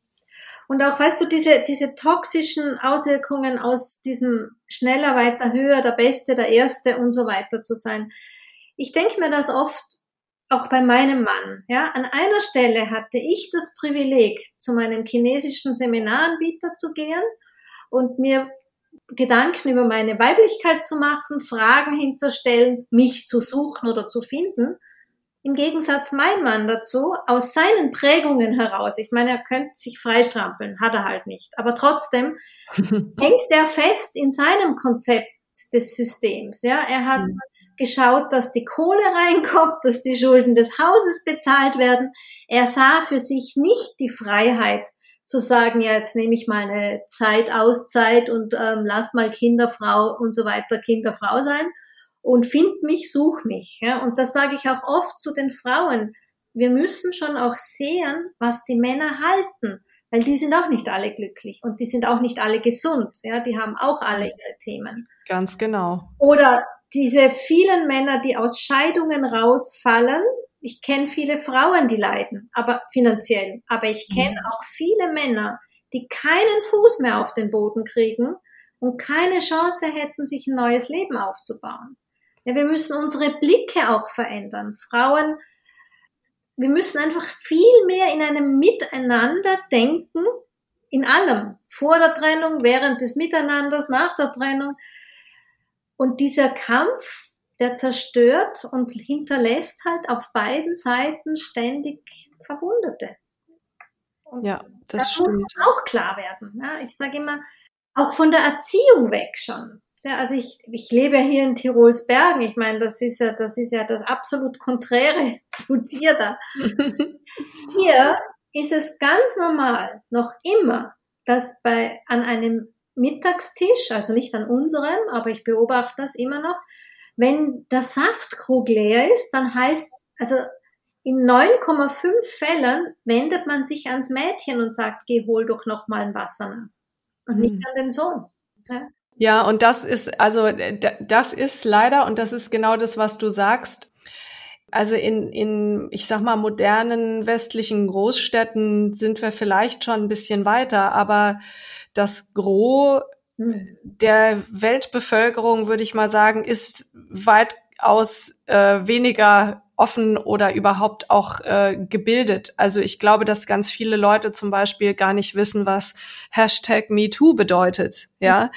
Und auch, weißt du, diese, diese toxischen Auswirkungen aus diesem schneller, weiter, höher, der Beste, der Erste und so weiter zu sein. Ich denke mir das oft auch bei meinem Mann, ja, an einer Stelle hatte ich das Privileg, zu meinem chinesischen Seminaranbieter zu gehen und mir Gedanken über meine Weiblichkeit zu machen, Fragen hinzustellen, mich zu suchen oder zu finden. Im Gegensatz mein Mann dazu, aus seinen Prägungen heraus, ich meine, er könnte sich freistrampeln, hat er halt nicht, aber trotzdem hängt er fest in seinem Konzept des Systems, ja, er hat mhm. geschaut, dass die Kohle reinkommt, dass die Schulden des Hauses bezahlt werden. Er sah für sich nicht die Freiheit zu sagen, ja, jetzt nehme ich mal eine Zeit, Auszeit und ähm, lass mal Kinderfrau und so weiter Kinderfrau sein und find mich, such mich. Ja? Und das sage ich auch oft zu den Frauen. Wir müssen schon auch sehen, was die Männer halten, weil die sind auch nicht alle glücklich und die sind auch nicht alle gesund. Ja? Die haben auch alle ihre Themen.
Ganz genau.
Oder diese vielen Männer, die aus Scheidungen rausfallen, ich kenne viele Frauen, die leiden, aber finanziell, aber ich kenne auch viele Männer, die keinen Fuß mehr auf den Boden kriegen und keine Chance hätten, sich ein neues Leben aufzubauen. Ja, wir müssen unsere Blicke auch verändern. Frauen, wir müssen einfach viel mehr in einem Miteinander denken, in allem. Vor der Trennung, während des Miteinanders, nach der Trennung. Und dieser Kampf, der zerstört und hinterlässt halt auf beiden Seiten ständig Verwundete. Und
ja, das,
das
stimmt.
muss auch klar werden. Ja, ich sage immer, auch von der Erziehung weg schon. Ja, also ich, ich lebe hier in Tirols Bergen. Ich meine, das ist ja, das ist ja das absolut Konträre zu dir da. Hier ist es ganz normal, noch immer, dass bei, an einem Mittagstisch, also nicht an unserem, aber ich beobachte das immer noch, wenn der Saftkrug leer ist, dann heißt, also in neun Komma fünf Fällen wendet man sich ans Mädchen und sagt, geh, hol doch noch mal ein Wasser nach. Und nicht an den Sohn. Ja?
Ja, und das ist, also das ist leider, und das ist genau das, was du sagst, also in, in, ich sag mal, modernen westlichen Großstädten sind wir vielleicht schon ein bisschen weiter, aber das Gros der Weltbevölkerung, würde ich mal sagen, ist weitaus äh, weniger offen oder überhaupt auch äh, gebildet. Also ich glaube, dass ganz viele Leute zum Beispiel gar nicht wissen, was Hashtag MeToo bedeutet. Ja,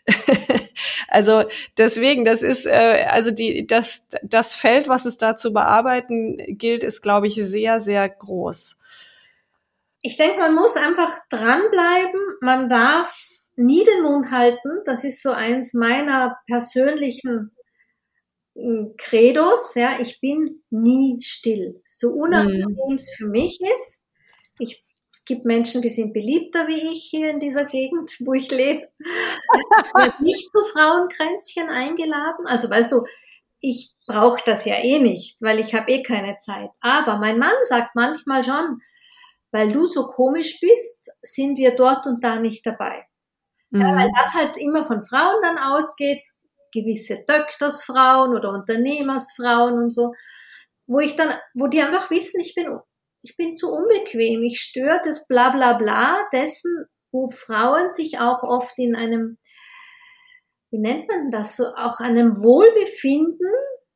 also deswegen, das ist äh, also die das das Feld, was es da zu bearbeiten gilt, ist, glaube ich, sehr sehr groß.
Ich denke, man muss einfach dranbleiben. Man darf nie den Mund halten. Das ist so eins meiner persönlichen Credos. Ja, ich bin nie still. So unangenehm es für mich ist. Ich, es gibt Menschen, die sind beliebter wie ich hier in dieser Gegend, wo ich lebe. Ich werde nicht zu Frauenkränzchen eingeladen. Also weißt du, ich brauche das ja eh nicht, weil ich habe eh keine Zeit. Aber mein Mann sagt manchmal schon, weil du so komisch bist, sind wir dort und da nicht dabei. Mhm. Ja, weil das halt immer von Frauen dann ausgeht, gewisse Töchtersfrauen oder Unternehmersfrauen und so, wo ich dann, wo die einfach wissen, ich bin, ich bin zu unbequem, ich störe das Blablabla dessen, wo Frauen sich auch oft in einem, wie nennt man das so, auch einem Wohlbefinden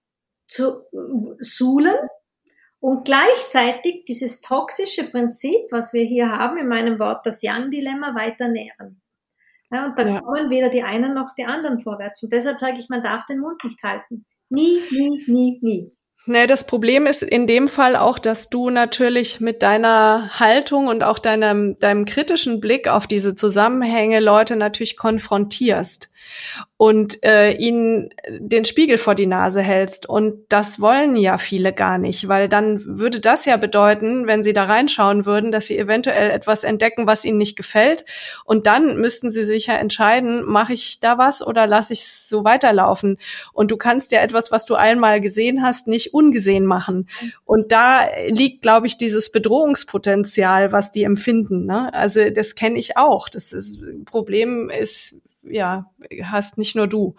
zu suhlen und gleichzeitig dieses toxische Prinzip, was wir hier haben, in meinem Wort das Yang-Dilemma, weiter nähren. Ja, und da ja. kommen weder die einen noch die anderen vorwärts. Und deshalb sage ich, man darf den Mund nicht halten. Nie, nie, nie, nie.
Nee, das Problem ist in dem Fall auch, dass du natürlich mit deiner Haltung und auch deinem, deinem kritischen Blick auf diese Zusammenhänge Leute natürlich konfrontierst und äh, ihnen den Spiegel vor die Nase hältst. Und das wollen ja viele gar nicht, weil dann würde das ja bedeuten, wenn sie da reinschauen würden, dass sie eventuell etwas entdecken, was ihnen nicht gefällt. Und dann müssten sie sich ja entscheiden, mache ich da was oder lasse ich es so weiterlaufen? Und du kannst ja etwas, was du einmal gesehen hast, nicht ungesehen machen. Und da liegt, glaube ich, dieses Bedrohungspotenzial, was die empfinden. Ne? Also das kenne ich auch. Das ist, Problem ist, ja, hast nicht nur du.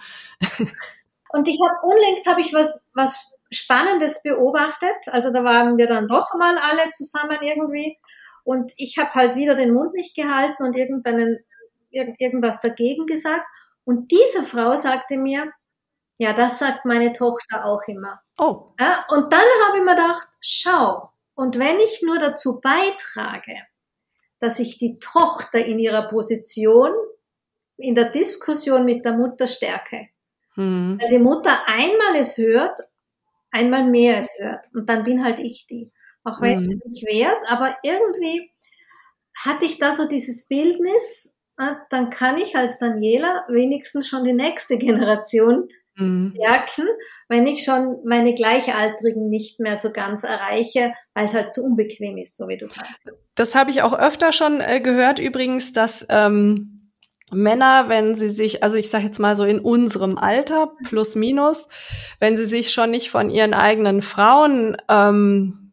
Und ich habe unlängst habe ich was was Spannendes beobachtet. Also da waren wir dann doch mal alle zusammen irgendwie. Und ich habe halt wieder den Mund nicht gehalten und irgendeinen irgend, irgendwas dagegen gesagt. Und diese Frau sagte mir, ja, das sagt meine Tochter auch immer.
Oh.
Ja, und dann habe ich mir gedacht, schau, und wenn ich nur dazu beitrage, dass ich die Tochter in ihrer Position in der Diskussion mit der Mutter stärke. Hm. Weil die Mutter einmal es hört, einmal mehr es hört. Und dann bin halt ich die. Auch wenn hm. es nicht wert, aber irgendwie hatte ich da so dieses Bildnis, dann kann ich als Daniela wenigstens schon die nächste Generation hm. stärken, wenn ich schon meine Gleichaltrigen nicht mehr so ganz erreiche, weil es halt zu unbequem ist, so wie du sagst.
Das habe ich auch öfter schon äh, gehört übrigens, dass ähm Männer, wenn sie sich, also ich sage jetzt mal so in unserem Alter, plus minus, wenn sie sich schon nicht von ihren eigenen Frauen, ähm,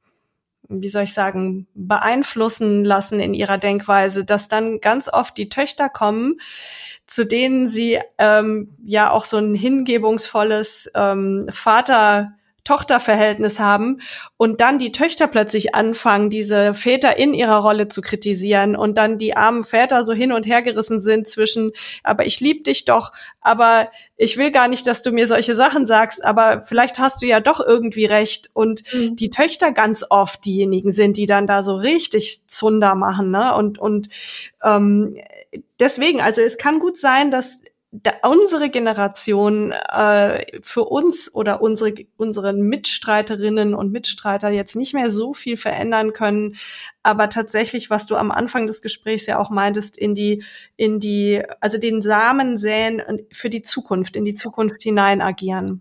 wie soll ich sagen, beeinflussen lassen in ihrer Denkweise, dass dann ganz oft die Töchter kommen, zu denen sie ähm, ja auch so ein hingebungsvolles ähm, Vater Tochterverhältnis haben und dann die Töchter plötzlich anfangen, diese Väter in ihrer Rolle zu kritisieren und dann die armen Väter so hin und her gerissen sind zwischen, aber ich lieb dich doch, aber ich will gar nicht, dass du mir solche Sachen sagst, aber vielleicht hast du ja doch irgendwie recht. Und mhm. die Töchter ganz oft diejenigen sind, die dann da so richtig Zunder machen, ne? Und, und ähm, deswegen, also es kann gut sein, dass Da, unsere Generation äh, für uns oder unsere unseren Mitstreiterinnen und Mitstreiter jetzt nicht mehr so viel verändern können, aber tatsächlich, was du am Anfang des Gesprächs ja auch meintest, in die in die also den Samen säen und für die Zukunft, in die Zukunft hinein agieren.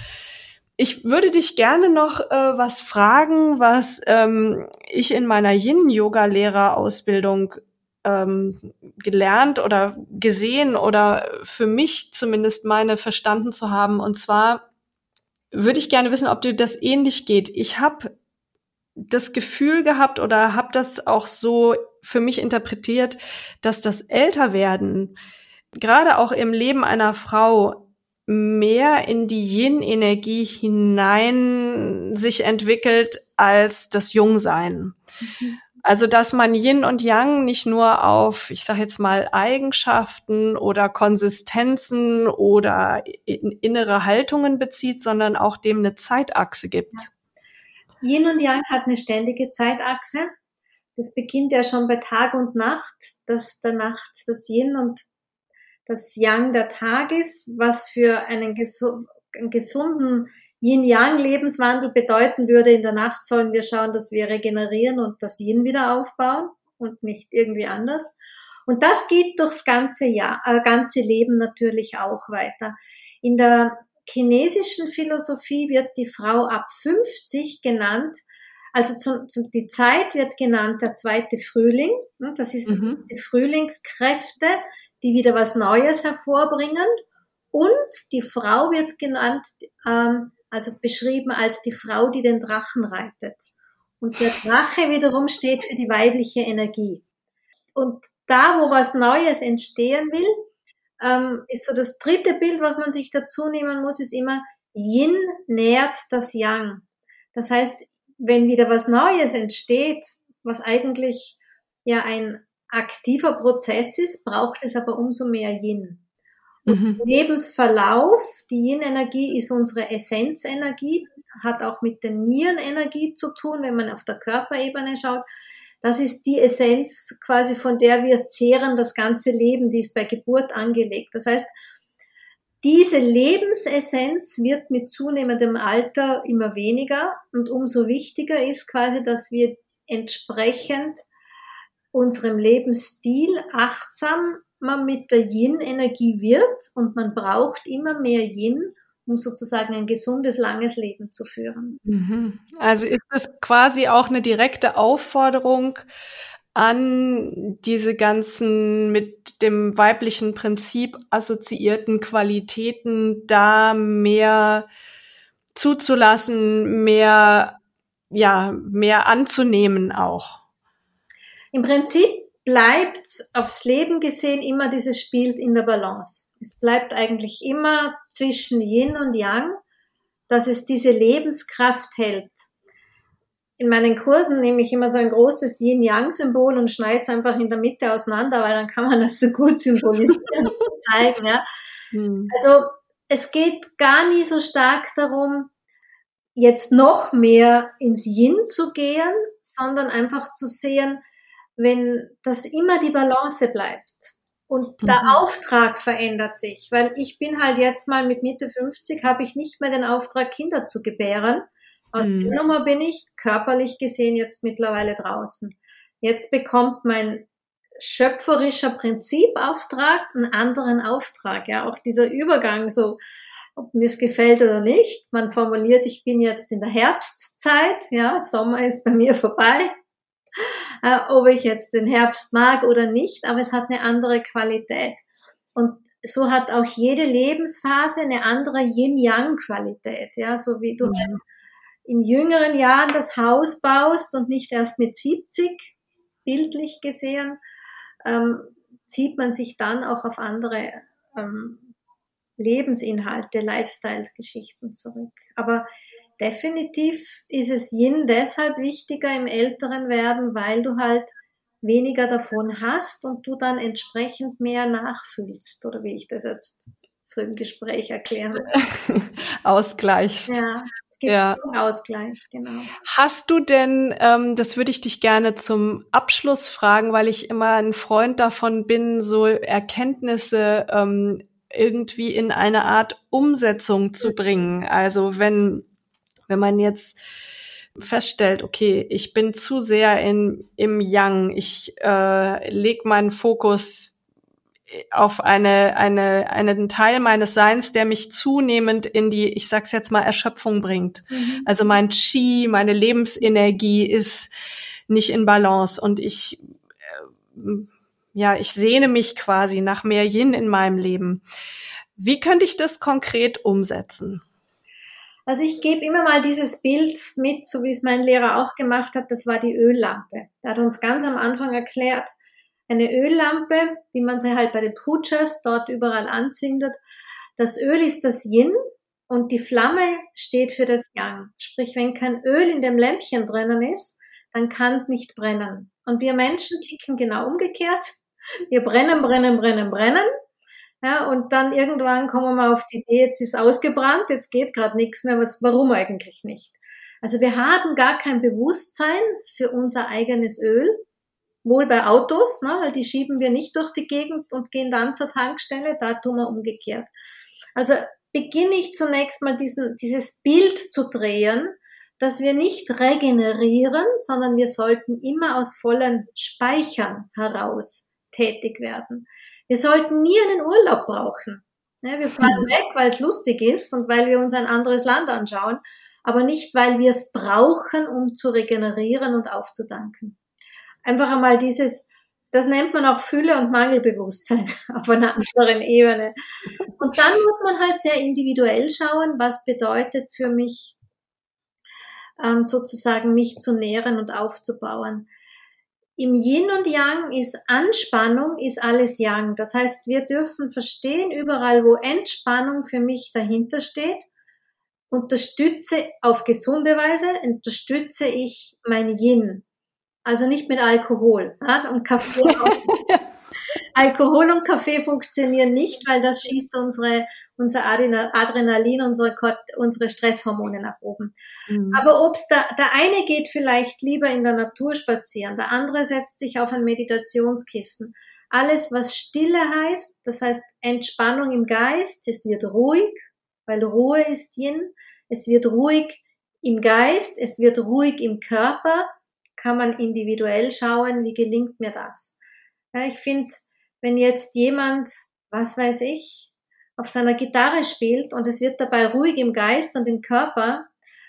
Ich würde dich gerne noch äh, was fragen, was ähm, ich in meiner Yin-Yoga-Lehrerausbildung Ähm, gelernt oder gesehen oder für mich zumindest meine verstanden zu haben. Und zwar würde ich gerne wissen, ob dir das ähnlich geht. Ich habe das Gefühl gehabt oder habe das auch so für mich interpretiert, dass das Älterwerden gerade auch im Leben einer Frau mehr in die Yin-Energie hinein sich entwickelt als das Jungsein. Mhm. Also, dass man Yin und Yang nicht nur auf, ich sage jetzt mal, Eigenschaften oder Konsistenzen oder innere Haltungen bezieht, sondern auch dem eine Zeitachse gibt.
Yin und Yang hat eine ständige Zeitachse. Das beginnt ja schon bei Tag und Nacht, dass der Nacht das Yin und das Yang der Tag ist, was für einen, gesu- einen gesunden Yin-Yang-Lebenswandel bedeuten würde, in der Nacht sollen wir schauen, dass wir regenerieren und das Yin wieder aufbauen und nicht irgendwie anders. Und das geht durchs ganze Jahr, äh, ganze Leben natürlich auch weiter. In der chinesischen Philosophie wird die Frau ab fünfzig genannt, also zu, zu, die Zeit wird genannt der zweite Frühling. Das ist mhm. die Frühlingskräfte, die wieder was Neues hervorbringen. Und die Frau wird genannt, ähm, also beschrieben als die Frau, die den Drachen reitet. Und der Drache wiederum steht für die weibliche Energie. Und da, wo was Neues entstehen will, ähm, ist so das dritte Bild, was man sich dazu nehmen muss, ist immer Yin nährt das Yang. Das heißt, wenn wieder was Neues entsteht, was eigentlich ja ein aktiver Prozess ist, braucht es aber umso mehr Yin. Und mhm. Lebensverlauf, die Yin-Energie ist unsere Essenzenergie, hat auch mit der Nierenenergie zu tun, wenn man auf der Körperebene schaut. Das ist die Essenz quasi, von der wir zehren das ganze Leben, die ist bei Geburt angelegt. Das heißt, diese Lebensessenz wird mit zunehmendem Alter immer weniger und umso wichtiger ist quasi, dass wir entsprechend unserem Lebensstil achtsam man mit der Yin-Energie wird und man braucht immer mehr Yin, um sozusagen ein gesundes, langes Leben zu führen.
Also ist das quasi auch eine direkte Aufforderung an diese ganzen mit dem weiblichen Prinzip assoziierten Qualitäten, da mehr zuzulassen, mehr, ja, mehr anzunehmen auch?
Im Prinzip bleibt aufs Leben gesehen immer dieses Spiel in der Balance. Es bleibt eigentlich immer zwischen Yin und Yang, dass es diese Lebenskraft hält. In meinen Kursen nehme ich immer so ein großes Yin-Yang-Symbol und schneide es einfach in der Mitte auseinander, weil dann kann man das so gut symbolisieren und zeigen. Ja. Hm. Also es geht gar nie so stark darum, jetzt noch mehr ins Yin zu gehen, sondern einfach zu sehen, wenn das immer die Balance bleibt und der mhm. Auftrag verändert sich, weil ich bin halt jetzt mal mit Mitte fünfzig, habe ich nicht mehr den Auftrag, Kinder zu gebären. Aus mhm. der Nummer bin ich körperlich gesehen jetzt mittlerweile draußen. Jetzt bekommt mein schöpferischer Prinzipauftrag einen anderen Auftrag. Ja, auch dieser Übergang, so ob mir es gefällt oder nicht. Man formuliert, ich bin jetzt in der Herbstzeit, ja, Sommer ist bei mir vorbei. Äh, ob ich jetzt den Herbst mag oder nicht, aber es hat eine andere Qualität. Und so hat auch jede Lebensphase eine andere Yin-Yang-Qualität. Ja, so wie du mhm. halt in jüngeren Jahren das Haus baust und nicht erst mit siebzig, bildlich gesehen, ähm, zieht man sich dann auch auf andere ähm, Lebensinhalte, Lifestyle-Geschichten zurück. Aber definitiv ist es Yin deshalb wichtiger im älteren Werden, weil du halt weniger davon hast und du dann entsprechend mehr nachfühlst, oder wie ich das jetzt so im Gespräch erklären soll.
Ausgleichst.
Ja, es gibt ja. einen Ausgleich, genau.
Hast du denn, ähm, das würde ich dich gerne zum Abschluss fragen, weil ich immer ein Freund davon bin, so Erkenntnisse ähm, irgendwie in eine Art Umsetzung zu bringen. Also wenn Wenn man jetzt feststellt, okay, ich bin zu sehr in, im Yang, ich äh, lege meinen Fokus auf eine, eine, einen Teil meines Seins, der mich zunehmend in die, ich sag's jetzt mal, Erschöpfung bringt. Mhm. Also mein Qi, meine Lebensenergie ist nicht in Balance und ich, äh, ja, ich sehne mich quasi nach mehr Yin in meinem Leben. Wie könnte ich das konkret umsetzen?
Also ich gebe immer mal dieses Bild mit, so wie es mein Lehrer auch gemacht hat, das war die Öllampe. Der hat uns ganz am Anfang erklärt, eine Öllampe, wie man sie halt bei den Pujas dort überall anzündet. Das Öl ist das Yin und die Flamme steht für das Yang. Sprich, wenn kein Öl in dem Lämpchen drinnen ist, dann kann es nicht brennen. Und wir Menschen ticken genau umgekehrt. Wir brennen, brennen, brennen, brennen. Ja, und dann irgendwann kommen wir auf die Idee, jetzt ist ausgebrannt, jetzt geht gerade nichts mehr, was, warum eigentlich nicht? Also wir haben gar kein Bewusstsein für unser eigenes Öl, wohl bei Autos, ne, weil die schieben wir nicht durch die Gegend und gehen dann zur Tankstelle, da tun wir umgekehrt. Also beginne ich zunächst mal diesen, dieses Bild zu drehen, dass wir nicht regenerieren, sondern wir sollten immer aus vollen Speichern heraus tätig werden. Wir sollten nie einen Urlaub brauchen. Wir fahren weg, weil es lustig ist und weil wir uns ein anderes Land anschauen, aber nicht, weil wir es brauchen, um zu regenerieren und aufzutanken. Einfach einmal dieses, das nennt man auch Fülle- und Mangelbewusstsein auf einer anderen Ebene. Und dann muss man halt sehr individuell schauen, was bedeutet für mich, ähm, sozusagen mich zu nähren und aufzubauen. Im Yin und Yang ist Anspannung, ist alles Yang. Das heißt, wir dürfen verstehen, überall wo Entspannung für mich dahinter steht, unterstütze auf gesunde Weise, unterstütze ich mein Yin. Also nicht mit Alkohol, ja, und Kaffee auch. Alkohol und Kaffee funktionieren nicht, weil das schießt unsere, unser Adrenalin, unsere, unsere Stresshormone nach oben. Mhm. Aber ob's da, der eine geht vielleicht lieber in der Natur spazieren, der andere setzt sich auf ein Meditationskissen. Alles, was Stille heißt, das heißt Entspannung im Geist, es wird ruhig, weil Ruhe ist Yin, es wird ruhig im Geist, es wird ruhig im Körper, kann man individuell schauen, wie gelingt mir das. Ja, ich finde, wenn jetzt jemand, was weiß ich, auf seiner Gitarre spielt und es wird dabei ruhig im Geist und im Körper,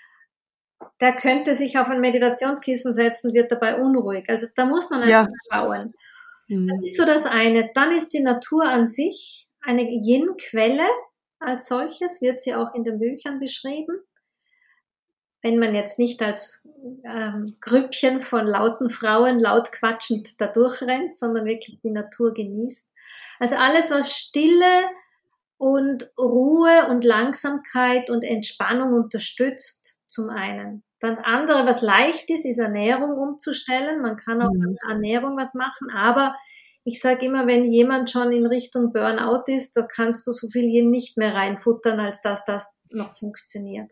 der könnte sich auf ein Meditationskissen setzen, wird dabei unruhig. Also da muss man einfach ja. schauen. Mhm. Das ist so das eine. Dann ist die Natur an sich eine Yin-Quelle. Als solches wird sie auch in den Büchern beschrieben. Wenn man jetzt nicht als ähm, Grüppchen von lauten Frauen laut quatschend da durchrennt, sondern wirklich die Natur genießt. Also alles, was Stille und Ruhe und Langsamkeit und Entspannung unterstützt, zum einen. Das andere, was leicht ist, ist Ernährung umzustellen. Man kann auch mhm. mit Ernährung was machen, aber ich sage immer, wenn jemand schon in Richtung Burnout ist, da kannst du so viel hier nicht mehr reinfuttern, als dass das noch funktioniert.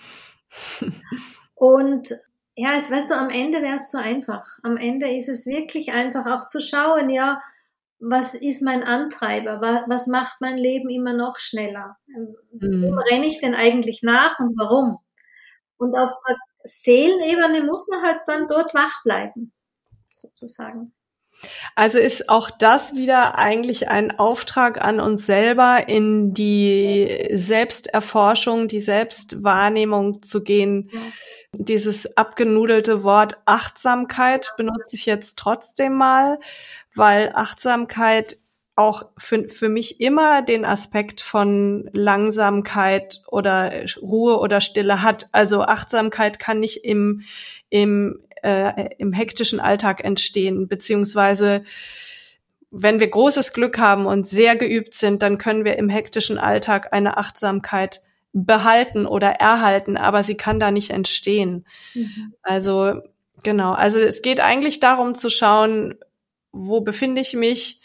Und ja, es, weißt du, am Ende wäre es so einfach. Am Ende ist es wirklich einfach auch zu schauen, ja, was ist mein Antreiber? Was, was macht mein Leben immer noch schneller? Mhm. Wem renne ich denn eigentlich nach und warum? Und auf der Seelenebene muss man halt dann dort wach bleiben, sozusagen.
Also ist auch das wieder eigentlich ein Auftrag an uns selber, in die Selbsterforschung, die Selbstwahrnehmung zu gehen. Ja. Dieses abgenudelte Wort Achtsamkeit benutze ich jetzt trotzdem mal, weil Achtsamkeit auch für, für mich immer den Aspekt von Langsamkeit oder Ruhe oder Stille hat. Also Achtsamkeit kann nicht im, im, äh, im hektischen Alltag entstehen, beziehungsweise wenn wir großes Glück haben und sehr geübt sind, dann können wir im hektischen Alltag eine Achtsamkeit behalten oder erhalten, aber sie kann da nicht entstehen. Mhm. Also genau, also es geht eigentlich darum zu schauen, wo befinde ich mich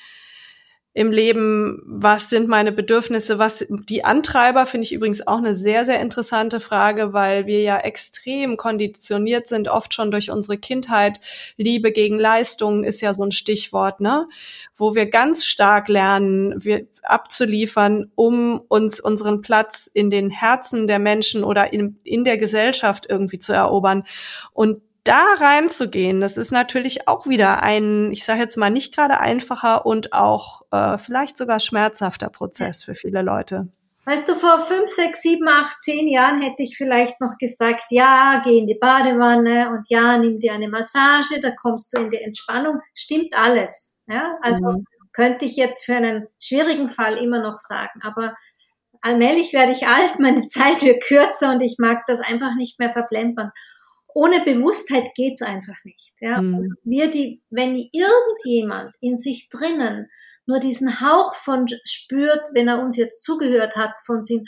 im Leben, was sind meine Bedürfnisse, was die Antreiber, finde ich übrigens auch eine sehr, sehr interessante Frage, weil wir ja extrem konditioniert sind, oft schon durch unsere Kindheit. Liebe gegen Leistung ist ja so ein Stichwort, ne? Wo wir ganz stark lernen, wir abzuliefern, um uns unseren Platz in den Herzen der Menschen oder in, in der Gesellschaft irgendwie zu erobern. Und da reinzugehen, das ist natürlich auch wieder ein, ich sage jetzt mal, nicht gerade einfacher und auch äh, vielleicht sogar schmerzhafter Prozess für viele Leute.
Weißt du, vor fünf, sechs, sieben, acht, zehn Jahren hätte ich vielleicht noch gesagt, ja, geh in die Badewanne und ja, nimm dir eine Massage, da kommst du in die Entspannung. Stimmt alles. Ja? Also mhm. könnte ich jetzt für einen schwierigen Fall immer noch sagen, aber allmählich werde ich alt, meine Zeit wird kürzer und ich mag das einfach nicht mehr verplempern. Ohne Bewusstheit geht's einfach nicht. Ja? Mhm. Wir die, wenn irgendjemand in sich drinnen nur diesen Hauch von spürt, wenn er uns jetzt zugehört hat, von sich,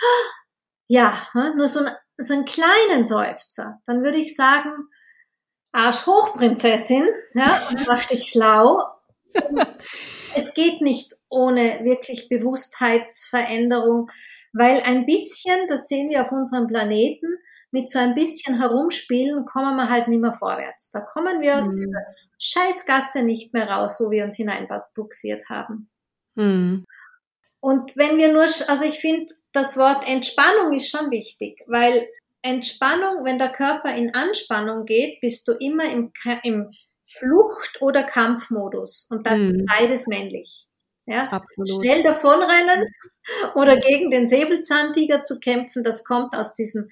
ja, nur so, ein, so einen kleinen Seufzer, dann würde ich sagen, Arsch hoch, Prinzessin, ja, und mach dich schlau. Es geht nicht ohne wirklich Bewusstheitsveränderung, weil ein bisschen, das sehen wir auf unserem Planeten, mit so ein bisschen herumspielen, kommen wir halt nicht mehr vorwärts. Da kommen wir aus mhm. dieser Scheißgasse nicht mehr raus, wo wir uns hineinbuxiert haben. Mhm. Und wenn wir nur, also ich finde, das Wort Entspannung ist schon wichtig, weil Entspannung, wenn der Körper in Anspannung geht, bist du immer im, im Flucht- oder Kampfmodus. Und das mhm. ist beides männlich. Ja?
Absolut.
Schnell davonrennen oder gegen den Säbelzahntiger zu kämpfen, das kommt aus diesem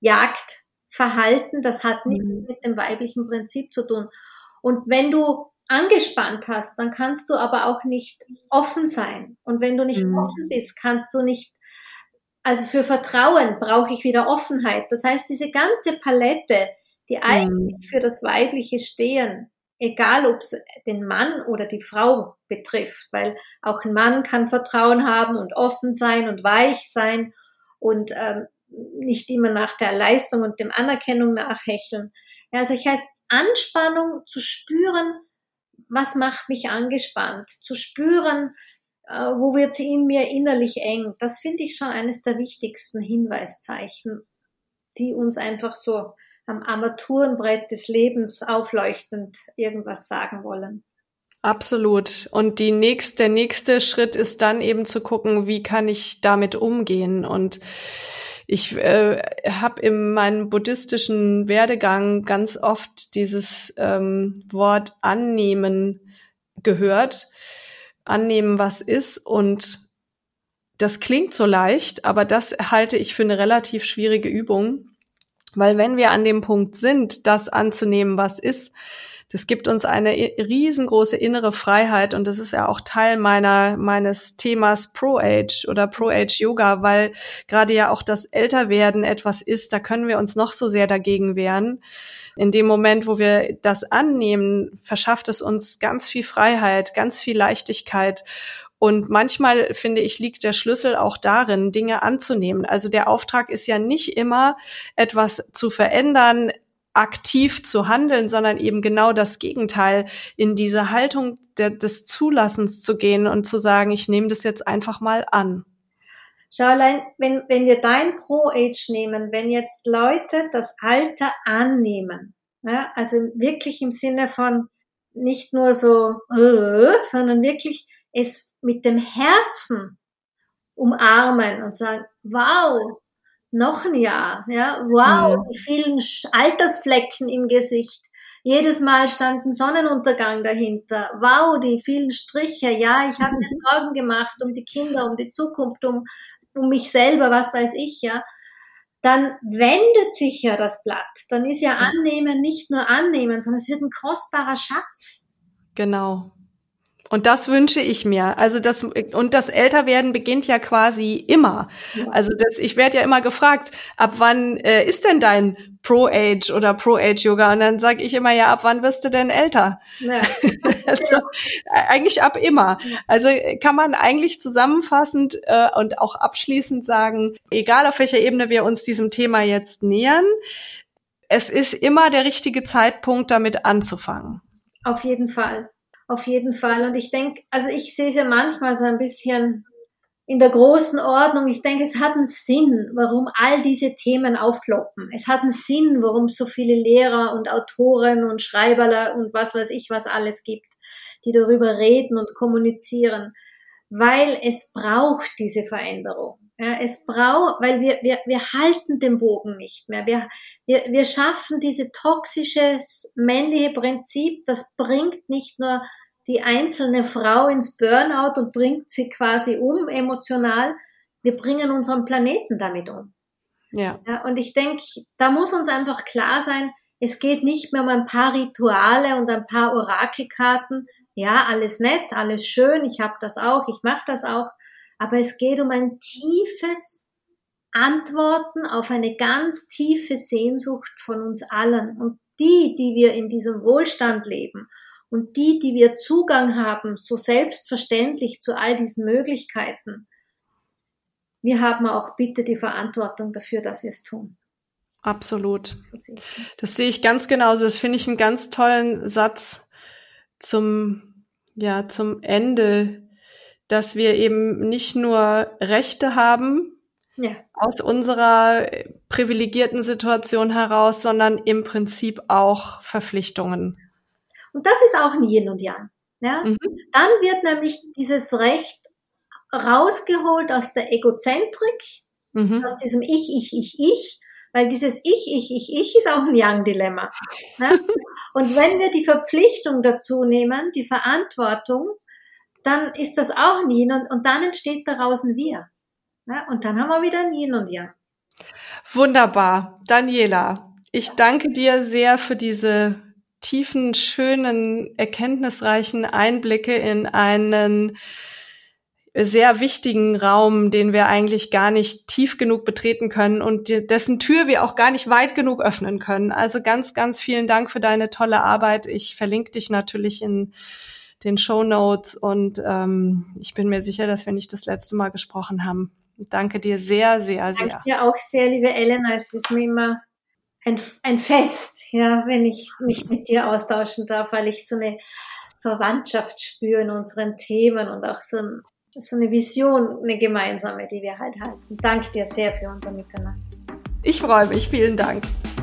Jagdverhalten. Das hat nichts mhm. mit dem weiblichen Prinzip zu tun. Und wenn du angespannt hast, dann kannst du aber auch nicht offen sein. Und wenn du nicht mhm. offen bist, kannst du nicht, also für Vertrauen brauche ich wieder Offenheit. Das heißt, diese ganze Palette, die eigentlich mhm. für das Weibliche stehen, egal ob es den Mann oder die Frau betrifft, weil auch ein Mann kann Vertrauen haben und offen sein und weich sein und ähm, nicht immer nach der Leistung und dem Anerkennung nachhecheln. Ja, also ich heißt, Anspannung zu spüren, was macht mich angespannt, zu spüren, äh, wo wird sie in mir innerlich eng. Das finde ich schon eines der wichtigsten Hinweiszeichen, die uns einfach so am Armaturenbrett des Lebens aufleuchtend irgendwas sagen wollen.
Absolut. Und die nächste, der nächste Schritt ist dann eben zu gucken, wie kann ich damit umgehen. Und ich äh, habe in meinem buddhistischen Werdegang ganz oft dieses ähm, Wort annehmen gehört. Annehmen, was ist. Und das klingt so leicht, aber das halte ich für eine relativ schwierige Übung. Weil wenn wir an dem Punkt sind, das anzunehmen, was ist, das gibt uns eine riesengroße innere Freiheit und das ist ja auch Teil meiner meines Themas Pro-Age oder Pro-Age-Yoga, weil gerade ja auch das Älterwerden etwas ist, da können wir uns noch so sehr dagegen wehren. In dem Moment, wo wir das annehmen, verschafft es uns ganz viel Freiheit, ganz viel Leichtigkeit. Und manchmal, finde ich, liegt der Schlüssel auch darin, Dinge anzunehmen. Also der Auftrag ist ja nicht immer, etwas zu verändern, aktiv zu handeln, sondern eben genau das Gegenteil, in diese Haltung de- des Zulassens zu gehen und zu sagen, ich nehme das jetzt einfach mal an.
Schau allein, wenn, wenn wir dein Pro-Age nehmen, wenn jetzt Leute das Alter annehmen, ja, also wirklich im Sinne von nicht nur so, äh, sondern wirklich es mit dem Herzen umarmen und sagen, wow, noch ein Jahr, ja, wow, mhm. die vielen Altersflecken im Gesicht. Jedes Mal stand ein Sonnenuntergang dahinter. Wow, die vielen Striche. Ja, ich habe mir Sorgen gemacht um die Kinder, um die Zukunft, um, um mich selber, was weiß ich, ja. Dann wendet sich ja das Blatt. Dann ist ja Annehmen nicht nur Annehmen, sondern es wird ein kostbarer Schatz.
Genau. Und das wünsche ich mir. Also das, und das Älterwerden beginnt ja quasi immer. Ja. Also das, ich werde ja immer gefragt, ab wann äh, ist denn dein Pro-Age oder Pro-Age-Yoga? Und dann sage ich immer, ja, ab wann wirst du denn älter? Ja. Also, eigentlich ab immer. Also kann man eigentlich zusammenfassend äh, und auch abschließend sagen, egal auf welcher Ebene wir uns diesem Thema jetzt nähern, es ist immer der richtige Zeitpunkt, damit anzufangen.
Auf jeden Fall. Auf jeden Fall. Und ich denke, also ich sehe es ja manchmal so ein bisschen in der großen Ordnung. Ich denke, es hat einen Sinn, warum all diese Themen aufploppen. Es hat einen Sinn, warum es so viele Lehrer und Autoren und Schreiberler und was weiß ich, was alles gibt, die darüber reden und kommunizieren. Weil es braucht diese Veränderung. Ja, es braucht, weil wir, wir, wir halten den Bogen nicht mehr. Wir, wir, wir schaffen diese toxische männliche Prinzip, das bringt nicht nur die einzelne Frau ins Burnout und bringt sie quasi um emotional, wir bringen unseren Planeten damit um.
Ja.
Ja, und ich denke, da muss uns einfach klar sein, es geht nicht mehr um ein paar Rituale und ein paar Orakelkarten. Ja, alles nett, alles schön, ich habe das auch, ich mache das auch. Aber es geht um ein tiefes Antworten auf eine ganz tiefe Sehnsucht von uns allen. Und die, die wir in diesem Wohlstand leben und die, die wir Zugang haben, so selbstverständlich zu all diesen Möglichkeiten, wir haben auch bitte die Verantwortung dafür, dass wir es tun.
Absolut. Das sehe ich ganz genauso. Das finde ich einen ganz tollen Satz zum, ja, zum Ende, dass wir eben nicht nur Rechte haben, ja, aus unserer privilegierten Situation heraus, sondern im Prinzip auch Verpflichtungen.
Und das ist auch ein Yin und Yang. Ja? Mhm. Dann wird nämlich dieses Recht rausgeholt aus der Egozentrik, mhm. aus diesem Ich, Ich, Ich, Ich, Weil dieses Ich, Ich, Ich, Ich ist auch ein Yang-Dilemma. Ne? Und wenn wir die Verpflichtung dazu nehmen, die Verantwortung, dann ist das auch ein Yin und, und dann entsteht daraus ein Wir. Ne? Und dann haben wir wieder ein Yin und Yang.
Wunderbar. Daniela, ich danke dir sehr für diese tiefen, schönen, erkenntnisreichen Einblicke in einen sehr wichtigen Raum, den wir eigentlich gar nicht tief genug betreten können und dessen Tür wir auch gar nicht weit genug öffnen können. Also ganz, ganz vielen Dank für deine tolle Arbeit. Ich verlinke dich natürlich in den Shownotes und ähm, ich bin mir sicher, dass wir nicht das letzte Mal gesprochen haben. Danke dir sehr, sehr, sehr.
Danke dir auch sehr, liebe Elena. Es ist mir immer ein, ein Fest, ja, wenn ich mich mit dir austauschen darf, weil ich so eine Verwandtschaft spüre in unseren Themen und auch so, ein, so eine Vision, eine gemeinsame, die wir halt halten. Danke dir sehr für unser Miteinander.
Ich freue mich. Vielen Dank.